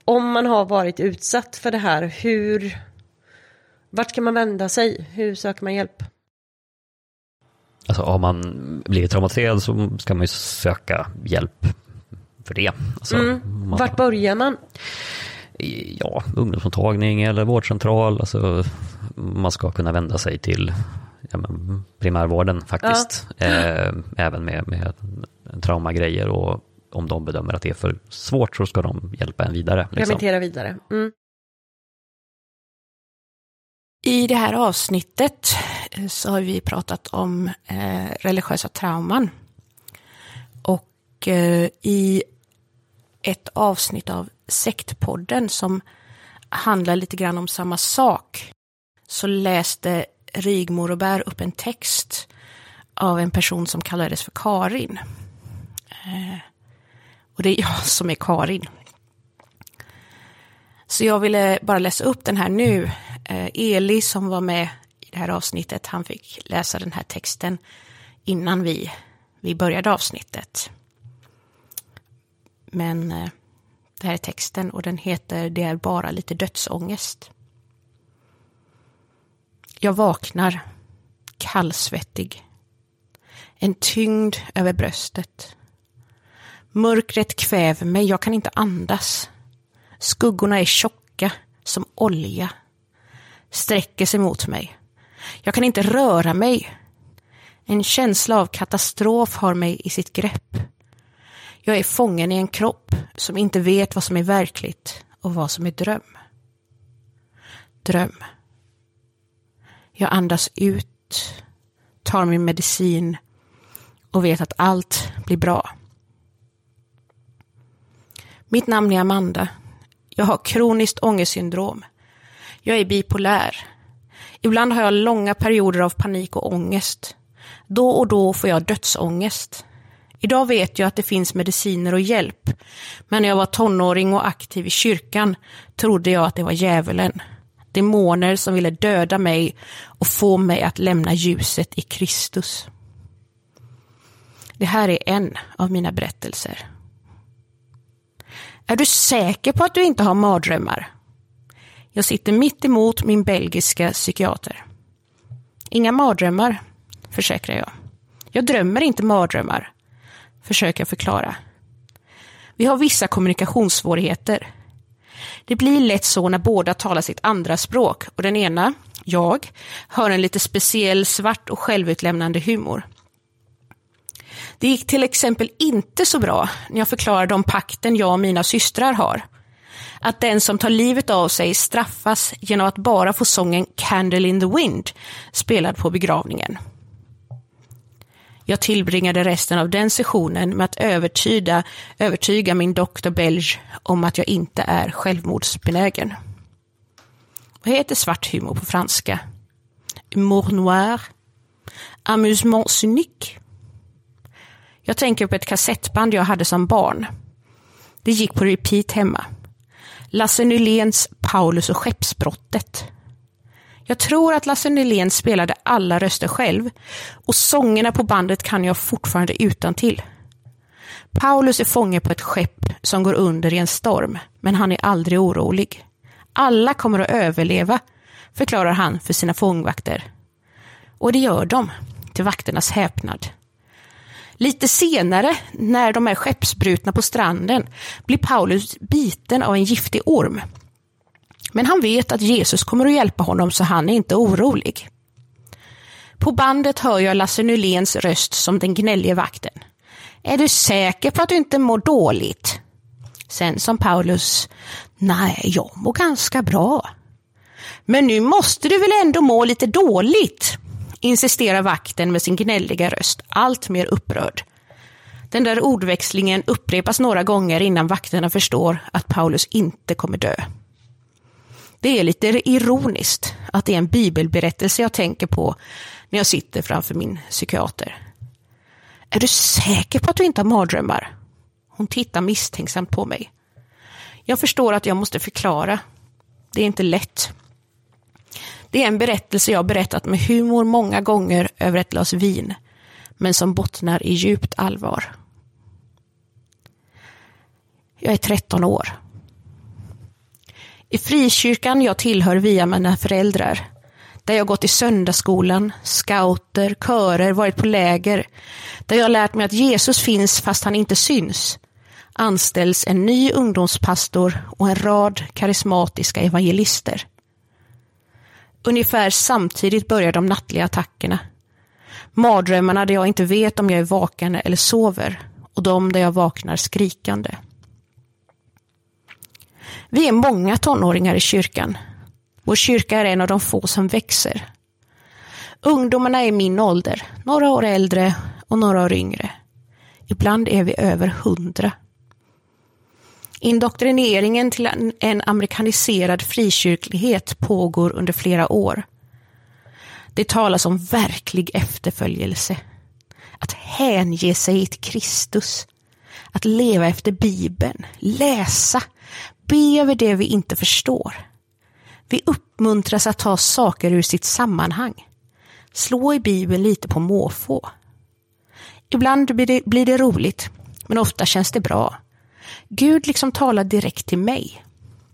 om man har varit utsatt för det här, vart kan man vända sig? Hur söker man hjälp? Alltså har man blivit traumatiserad så ska man ju söka hjälp för det. Alltså, Vart börjar man? Ja, ungdomsmottagning eller vårdcentral. Alltså, man ska kunna vända sig till primärvården faktiskt. Även med traumagrejer, och om de bedömer att det är för svårt så ska de hjälpa en vidare. Remittera vidare. I det här avsnittet så har vi pratat om religiösa trauman. Och i ett avsnitt av Sektpodden som handlar lite grann om samma sak så läste Rigmor och Bär upp en text av en person som kallades för Karin. Och det är jag som är Karin. Så jag ville bara läsa upp den här nu. Eli som var med i det här avsnittet, han fick läsa den här texten innan vi började avsnittet. Men det här är texten och den heter Det är bara lite dödsångest. Jag vaknar, kallsvettig. En tyngd över bröstet. Mörkret kväver mig, jag kan inte andas. Skuggorna är tjocka som olja. Sträcker sig mot mig. Jag kan inte röra mig. En känsla av katastrof har mig i sitt grepp. Jag är fången i en kropp som inte vet vad som är verkligt och vad som är dröm. Dröm. Jag andas ut, tar min medicin och vet att allt blir bra. Mitt namn är Amanda. Jag har kroniskt ångestsyndrom. Jag är bipolär. Ibland har jag långa perioder av panik och ångest. Då och då får jag dödsångest. Idag vet jag att det finns mediciner och hjälp. Men när jag var tonåring och aktiv i kyrkan trodde jag att det var djävulen. Demoner som ville döda mig och få mig att lämna ljuset i Kristus. Det här är en av mina berättelser. Är du säker på att du inte har mardrömmar? Jag sitter mitt emot min belgiska psykiater. Inga mardrömmar, försäkrar jag. Jag drömmer inte mardrömmar, försöker jag förklara. Vi har vissa kommunikationssvårigheter. Det blir lätt så när båda talar sitt andra språk och den ena, jag, har en lite speciell svart och självutlämnande humor. Det gick till exempel inte så bra när jag förklarade om pakten jag och mina systrar har. Att den som tar livet av sig straffas genom att bara få sången Candle in the Wind spelad på begravningen. Jag tillbringade resten av den sessionen med att övertyga min doktor Belge om att jag inte är självmordsbenägen. Vad heter svart humor på franska? Humour noir? Amusement cynique? Jag tänker på ett kassettband jag hade som barn. Det gick på repeat hemma. Lasse Nyléns Paulus och skeppsbrottet. Jag tror att Lasse Nylén spelade alla röster själv och sångerna på bandet kan jag fortfarande utantill. Paulus är fånge på ett skepp som går under i en storm, men han är aldrig orolig. Alla kommer att överleva, förklarar han för sina fångvakter. Och det gör de, till vakternas häpnad. Lite senare, när de är skeppsbrutna på stranden, blir Paulus biten av en giftig orm. Men han vet att Jesus kommer att hjälpa honom så han är inte orolig. På bandet hör jag Lasse Nyléns röst som den gnälliga vakten. Är du säker på att du inte mår dåligt? Sen som Paulus, nej, jag mår ganska bra. Men nu måste du väl ändå må lite dåligt, insisterar vakten med sin gnälliga röst, allt mer upprörd. Den där ordväxlingen upprepas några gånger innan vakterna förstår att Paulus inte kommer dö. Det är lite ironiskt att det är en bibelberättelse jag tänker på när jag sitter framför min psykiater. Är du säker på att du inte har mardrömmar? Hon tittar misstänksamt på mig. Jag förstår att jag måste förklara. Det är inte lätt. Det är en berättelse jag berättat med humor många gånger över ett glas vin, men som bottnar i djupt allvar. Jag är 13 år. I frikyrkan jag tillhör via mina föräldrar, där jag gått i söndagsskolan, scouter, körer, varit på läger, där jag lärt mig att Jesus finns fast han inte syns, anställs en ny ungdomspastor och en rad karismatiska evangelister. Ungefär samtidigt börjar de nattliga attackerna. Mardrömmarna där jag inte vet om jag är vaken eller sover, och de där jag vaknar skrikande. Vi är många tonåringar i kyrkan. Vår kyrka är en av de få som växer. Ungdomarna är min ålder, några år äldre och några år yngre. Ibland är vi över 100. Indoktrineringen till en amerikaniserad frikyrklighet pågår under flera år. Det talas om verklig efterföljelse. Att hänge sig till Kristus. Att leva efter Bibeln. Läsa. Be över det vi inte förstår. Vi uppmuntras att ta saker ur sitt sammanhang. Slå i Bibeln lite på måfå. Ibland blir det roligt, men ofta känns det bra. Gud liksom talar direkt till mig.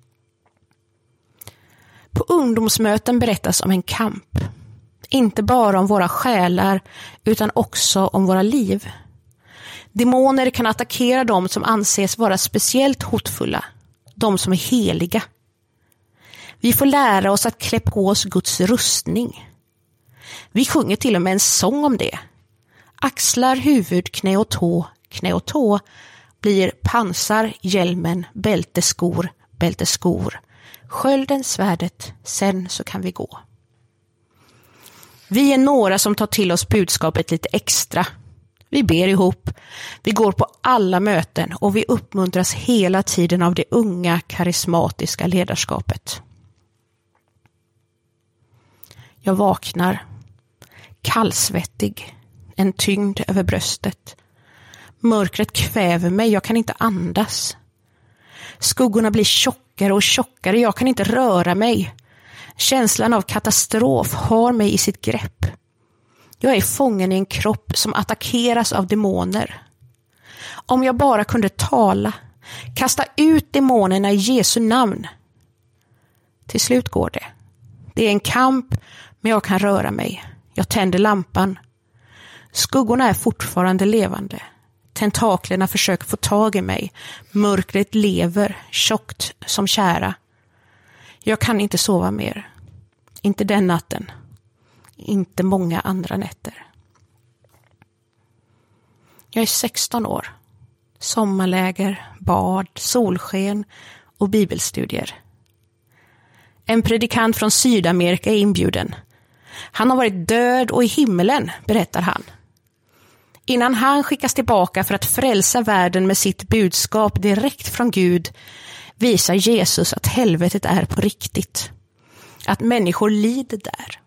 På ungdomsmöten berättas om en kamp. Inte bara om våra själar, utan också om våra liv. Demoner kan attackera dem som anses vara speciellt hotfulla. De som är heliga. Vi får lära oss att klä på oss Guds rustning. Vi sjunger till och med en sång om det. Axlar, huvud, knä och tå blir pansar, hjälmen, bälteskor, skölden, svärdet, sen så kan vi gå. Vi är några som tar till oss budskapet lite extra. Vi ber ihop, vi går på alla möten och vi uppmuntras hela tiden av det unga karismatiska ledarskapet. Jag vaknar, kallsvettig, en tyngd över bröstet. Mörkret kväver mig, jag kan inte andas. Skuggorna blir tjockare och tjockare, jag kan inte röra mig. Känslan av katastrof har mig i sitt grepp. Jag är fången i en kropp som attackeras av demoner. Om jag bara kunde tala, kasta ut demonerna i Jesu namn. Till slut går det. Det är en kamp, men jag kan röra mig. Jag tänder lampan. Skuggorna är fortfarande levande. Tentaklerna försöker få tag i mig. Mörkret lever, tjockt som kära. Jag kan inte sova mer. Inte den natten. Inte många andra nätter. Jag är 16 år. Sommarläger, bad, solsken och bibelstudier. En predikant från Sydamerika är inbjuden. Han har varit död och i himmelen, berättar han. Innan han skickas tillbaka för att frälsa världen med sitt budskap direkt från Gud, visar Jesus att helvetet är på riktigt. Att människor lider där.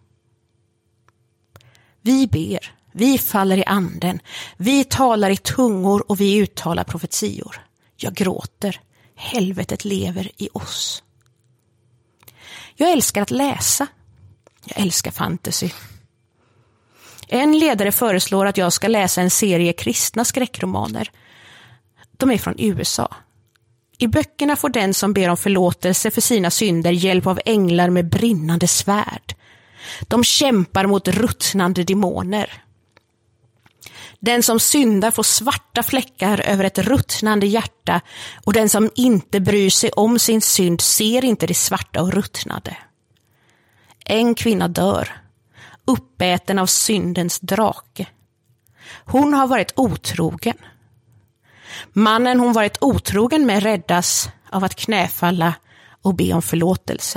Vi ber, vi faller i anden, vi talar i tungor och vi uttalar profetior. Jag gråter, helvetet lever i oss. Jag älskar att läsa. Jag älskar fantasy. En ledare föreslår att jag ska läsa en serie kristna skräckromaner. De är från USA. I böckerna får den som ber om förlåtelse för sina synder hjälp av änglar med brinnande svärd. De kämpar mot ruttnande demoner. Den som syndar får svarta fläckar över ett ruttnande hjärta, och den som inte bryr sig om sin synd ser inte det svarta och ruttnade. En kvinna dör, uppäten av syndens drake. Hon har varit otrogen. Mannen hon varit otrogen med räddas av att knäfalla och be om förlåtelse.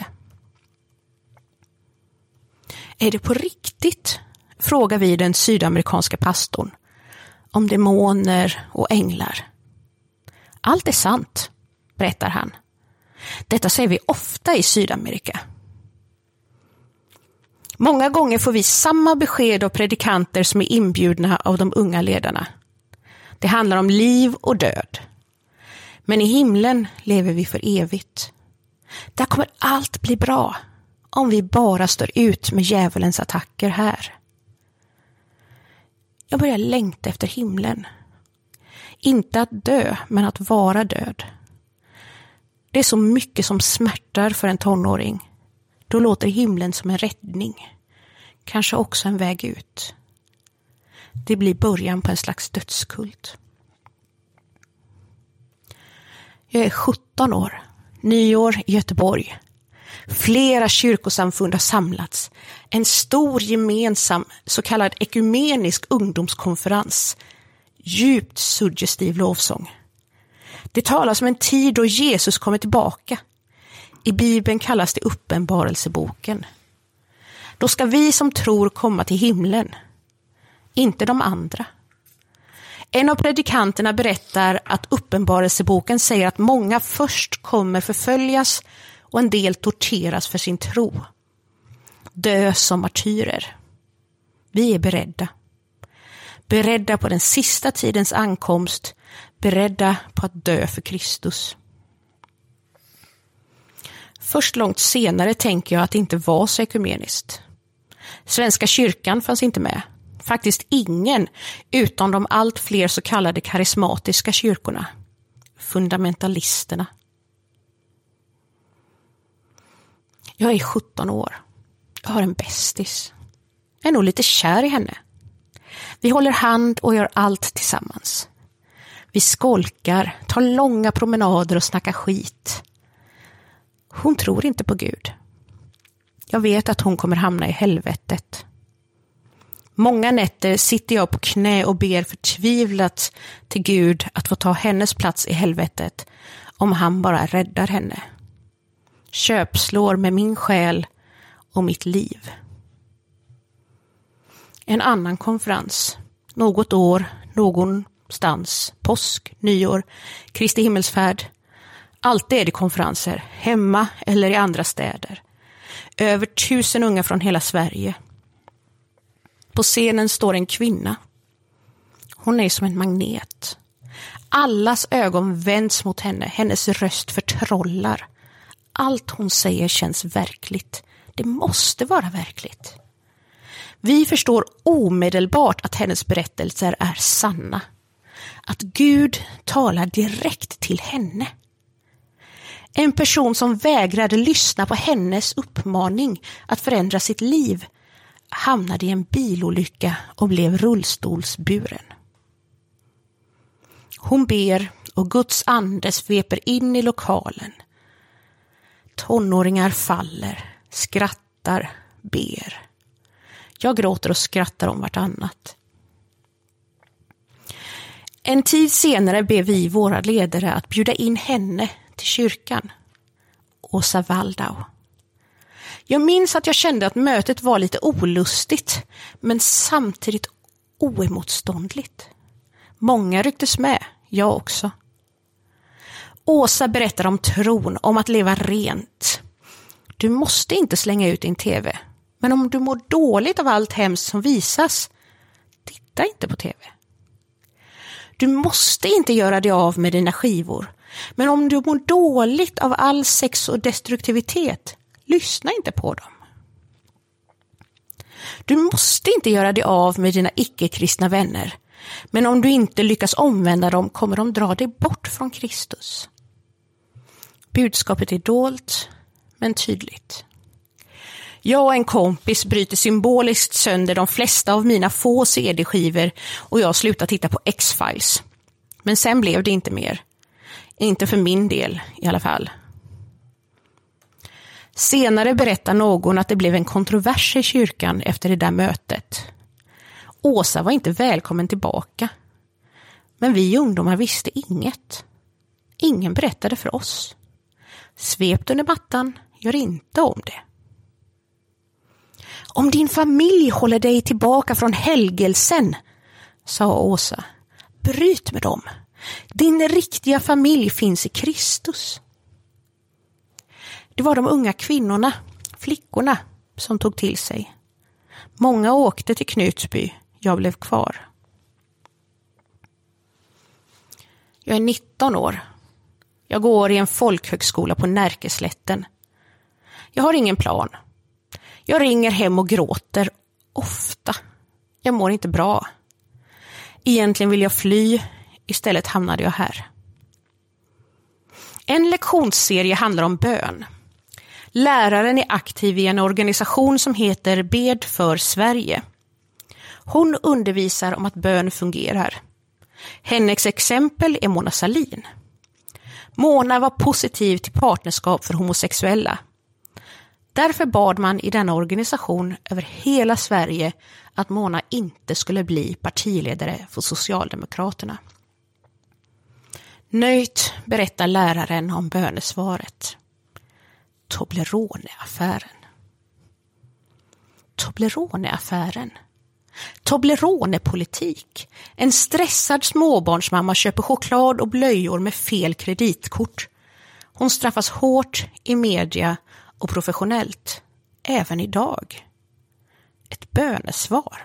Är det på riktigt? Frågar vi den sydamerikanska pastorn om demoner och änglar. Allt är sant, berättar han. Detta ser vi ofta i Sydamerika. Många gånger får vi samma besked av predikanter som är inbjudna av de unga ledarna. Det handlar om liv och död. Men i himlen lever vi för evigt. Där kommer allt bli bra om vi bara står ut med djävulens attacker här. Jag börjar längta efter himlen. Inte att dö, men att vara död. Det är så mycket som smärtar för en tonåring. Då låter himlen som en räddning. Kanske också en väg ut. Det blir början på en slags dödskult. Jag är 17 år. Nyår i Göteborg. Flera kyrkosamfund har samlats. En stor gemensam så kallad ekumenisk ungdomskonferens. Djupt suggestiv lovsång. Det talas om en tid då Jesus kommer tillbaka. I Bibeln kallas det uppenbarelseboken. Då ska vi som tror komma till himlen. Inte de andra. En av predikanterna berättar att uppenbarelseboken säger att många först kommer förföljas och en del torteras för sin tro. Dö som martyrer. Vi är beredda. Beredda på den sista tidens ankomst. Beredda på att dö för Kristus. Först långt senare tänker jag att det inte var så ekumeniskt. Svenska kyrkan fanns inte med. Faktiskt ingen utom de allt fler så kallade karismatiska kyrkorna. Fundamentalisterna. Jag är 17 år. Jag har en bästis. Jag är nog lite kär i henne. Vi håller hand och gör allt tillsammans. Vi skolkar, tar långa promenader och snackar skit. Hon tror inte på Gud. Jag vet att hon kommer hamna i helvetet. Många nätter sitter jag på knä och ber förtvivlat till Gud att få ta hennes plats i helvetet om han bara räddar henne. Köpslår med min själ och mitt liv. En annan konferens. Något år, någonstans, påsk, nyår, Kristi himmelsfärd. Alltid är det konferenser, hemma eller i andra städer. Över 1000 unga från hela Sverige. På scenen står en kvinna. Hon är som en magnet. Allas ögon vänds mot henne. Hennes röst förtrollar. Allt hon säger känns verkligt. Det måste vara verkligt. Vi förstår omedelbart att hennes berättelser är sanna. Att Gud talar direkt till henne. En person som vägrade lyssna på hennes uppmaning att förändra sitt liv hamnade i en bilolycka och blev rullstolsburen. Hon ber och Guds ande sveper in i lokalen. Tonåringar faller, skrattar, ber. Jag gråter och skrattar om vartannat. En tid senare ber vi våra ledare att bjuda in henne till kyrkan. Åsa Waldau. Jag minns att jag kände att mötet var lite olustigt, men samtidigt oemotståndligt. Många rycktes med, jag också. Åsa berättar om tron, om att leva rent. Du måste inte slänga ut din tv, men om du mår dåligt av allt hemskt som visas, titta inte på tv. Du måste inte göra dig av med dina skivor, men om du mår dåligt av all sex och destruktivitet, lyssna inte på dem. Du måste inte göra dig av med dina icke-kristna vänner, men om du inte lyckas omvända dem kommer de dra dig bort från Kristus. Budskapet är dolt, men tydligt. Jag och en kompis bryter symboliskt sönder de flesta av mina få CD-skivor och jag slutar titta på X-Files. Men sen blev det inte mer. Inte för min del i alla fall. Senare berättar någon att det blev en kontrovers i kyrkan efter det där mötet. Åsa var inte välkommen tillbaka. Men vi ungdomar visste inget. Ingen berättade för oss. Svept under mattan, gör inte om det. Om din familj håller dig tillbaka från helgelsen, sa Åsa, bryt med dem. Din riktiga familj finns i Kristus. Det var de unga kvinnorna, flickorna, som tog till sig. Många åkte till Knutby, jag blev kvar. Jag är 19 år. Jag går i en folkhögskola på Närkeslätten. Jag har ingen plan. Jag ringer hem och gråter ofta. Jag mår inte bra. Egentligen vill jag fly, istället hamnade jag här. En lektionsserie handlar om bön. Läraren är aktiv i en organisation som heter Bed för Sverige. Hon undervisar om att bön fungerar. Hennes exempel är Mona Sahlin. Mona var positiv till partnerskap för homosexuella. Därför bad man i denna organisation över hela Sverige att Mona inte skulle bli partiledare för Socialdemokraterna. Nöjt berättar läraren om bönesvaret. Toblerone-affären. Toblerone-affären. Toblerone-politik. En stressad småbarnsmamma köper choklad och blöjor med fel kreditkort. Hon straffas hårt i media och professionellt, även idag. Ett bönesvar.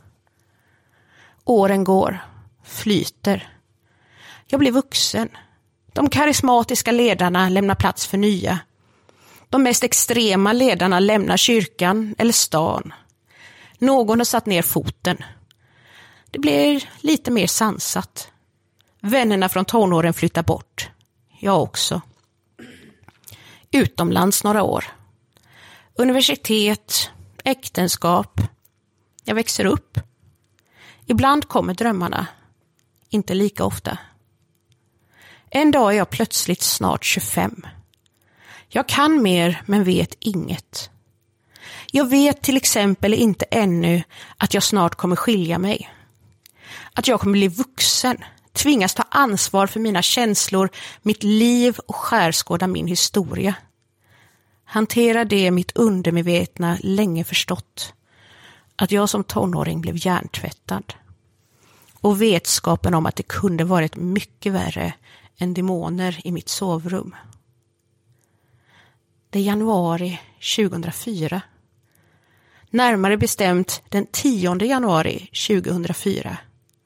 Åren går, flyter. Jag blir vuxen. De karismatiska ledarna lämnar plats för nya. De mest extrema ledarna lämnar kyrkan eller stan. Någon har satt ner foten. Det blir lite mer sansat. Vännerna från tonåren flyttar bort. Jag också. Utomlands några år. Universitet, äktenskap. Jag växer upp. Ibland kommer drömmarna. Inte lika ofta. En dag är jag plötsligt snart 25. Jag kan mer men vet inget. Jag vet till exempel inte ännu att jag snart kommer skilja mig. Att jag kommer bli vuxen, tvingas ta ansvar för mina känslor, mitt liv och skärskåda min historia. Hantera det mitt undermedvetna länge förstått. Att jag som tonåring blev hjärntvättad. Och vetskapen om att det kunde varit mycket värre än demoner i mitt sovrum. Det är januari 2004. Närmare bestämt den 10 januari 2004.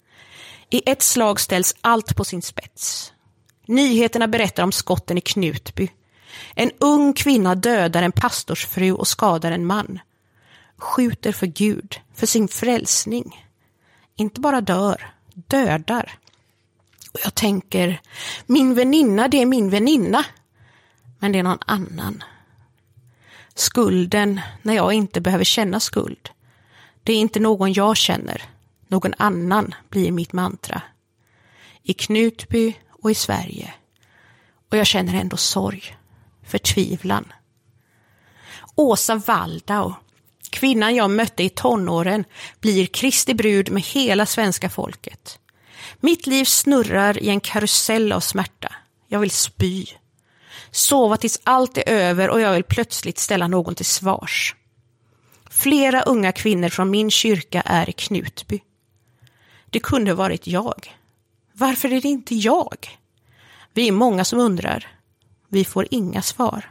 I ett slag ställs allt på sin spets. Nyheterna berättar om skotten i Knutby. En ung kvinna dödar en pastorsfru och skadar en man. Skjuter för Gud, för sin frälsning. Inte bara dödar. Och jag tänker, min väninna, det är min väninna. Men det är någon annan. Skulden när jag inte behöver känna skuld. Det är inte någon jag känner. Någon annan blir mitt mantra. I Knutby och i Sverige. Och jag känner ändå sorg. Förtvivlan. Åsa Waldau, kvinnan jag mötte i tonåren, blir Kristi brud med hela svenska folket. Mitt liv snurrar i en karusell av smärta. Jag vill spy. Sova tills allt är över och jag vill plötsligt ställa någon till svars. Flera unga kvinnor från min kyrka är i Knutby. Det kunde varit jag. Varför är det inte jag? Vi är många som undrar. Vi får inga svar.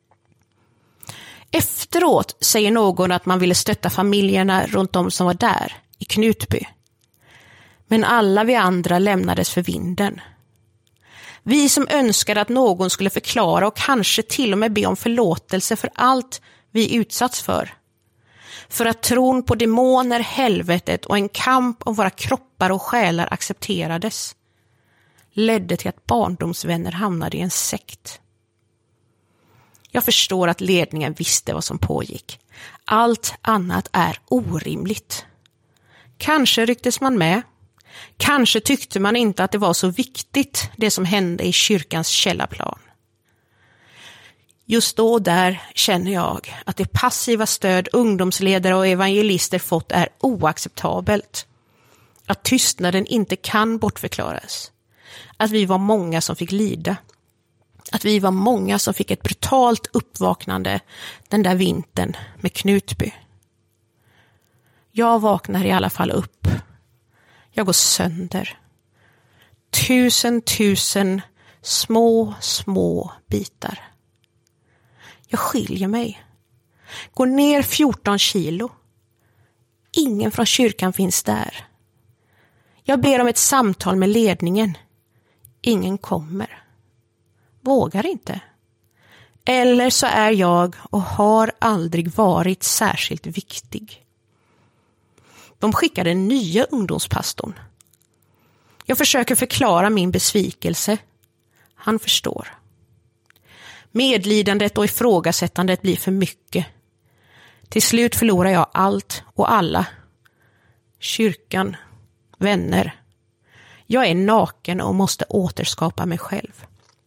Efteråt säger någon att man ville stötta familjerna runt om som var där, i Knutby. Men alla vi andra lämnades för vinden. Vi som önskade att någon skulle förklara och kanske till och med be om förlåtelse för allt vi utsatts för. För att tron på demoner, helvetet och en kamp om våra kroppar och själar accepterades. Ledde till att barndomsvänner hamnade i en sekt. Jag förstår att ledningen visste vad som pågick. Allt annat är orimligt. Kanske rycktes man med. Kanske tyckte man inte att det var så viktigt det som hände i kyrkans källarplan. Just då och där känner jag att det passiva stöd ungdomsledare och evangelister fått är oacceptabelt. Att tystnaden inte kan bortförklaras. Att vi var många som fick lida. Att vi var många som fick ett brutalt uppvaknande den där vintern med Knutby. Jag vaknar i alla fall upp. Jag går sönder. 1000 små bitar. Jag skiljer mig. Går ner 14 kilo. Ingen från kyrkan finns där. Jag ber om ett samtal med ledningen. Ingen kommer. Vågar inte. Eller så är jag och har aldrig varit särskilt viktig. De skickade en nya ungdomspastorn. Jag försöker förklara min besvikelse. Han förstår. Medlidandet och ifrågasättandet blir för mycket. Till slut förlorar jag allt och alla. Kyrkan, vänner. Jag är naken och måste återskapa mig själv.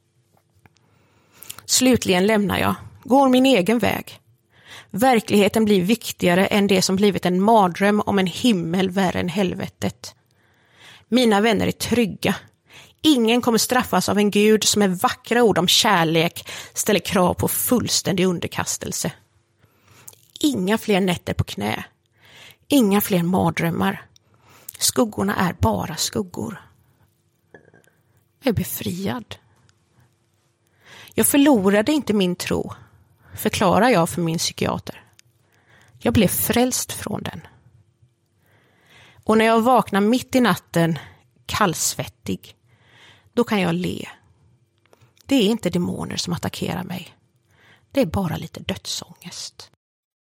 Slutligen lämnar jag, går min egen väg. Verkligheten blir viktigare än det som blivit en mardröm om en himmel värre än helvetet. Mina vänner är trygga. Ingen kommer straffas av en Gud som med vackra ord om kärlek ställer krav på fullständig underkastelse. Inga fler nätter på knä. Inga fler mardrömmar. Skuggorna är bara skuggor. Jag är befriad. Jag förlorade inte min tro, förklarar jag för min psykiater. Jag blev frälst från den. Och när jag vaknar mitt i natten, kallsvettig, då kan jag le. Det är inte demoner som attackerar mig. Det är bara lite dödsångest.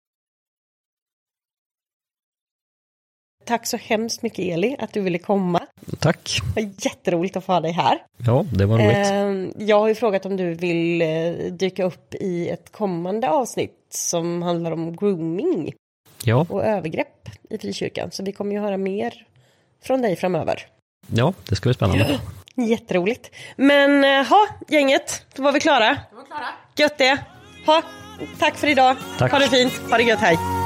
Tack så hemskt mycket Eli att du ville komma. Tack. Det var jätteroligt att få ha dig här. Ja, det var roligt. Jag har ju frågat om du vill dyka upp i ett kommande avsnitt som handlar om grooming och övergrepp i frikyrkan. Så vi kommer ju höra mer från dig framöver. Ja, det ska bli spännande. Jätteroligt. Men gänget, då var vi klara. Gött det. Tack för idag. Tack. Ha det fint. Ha det gött, hej.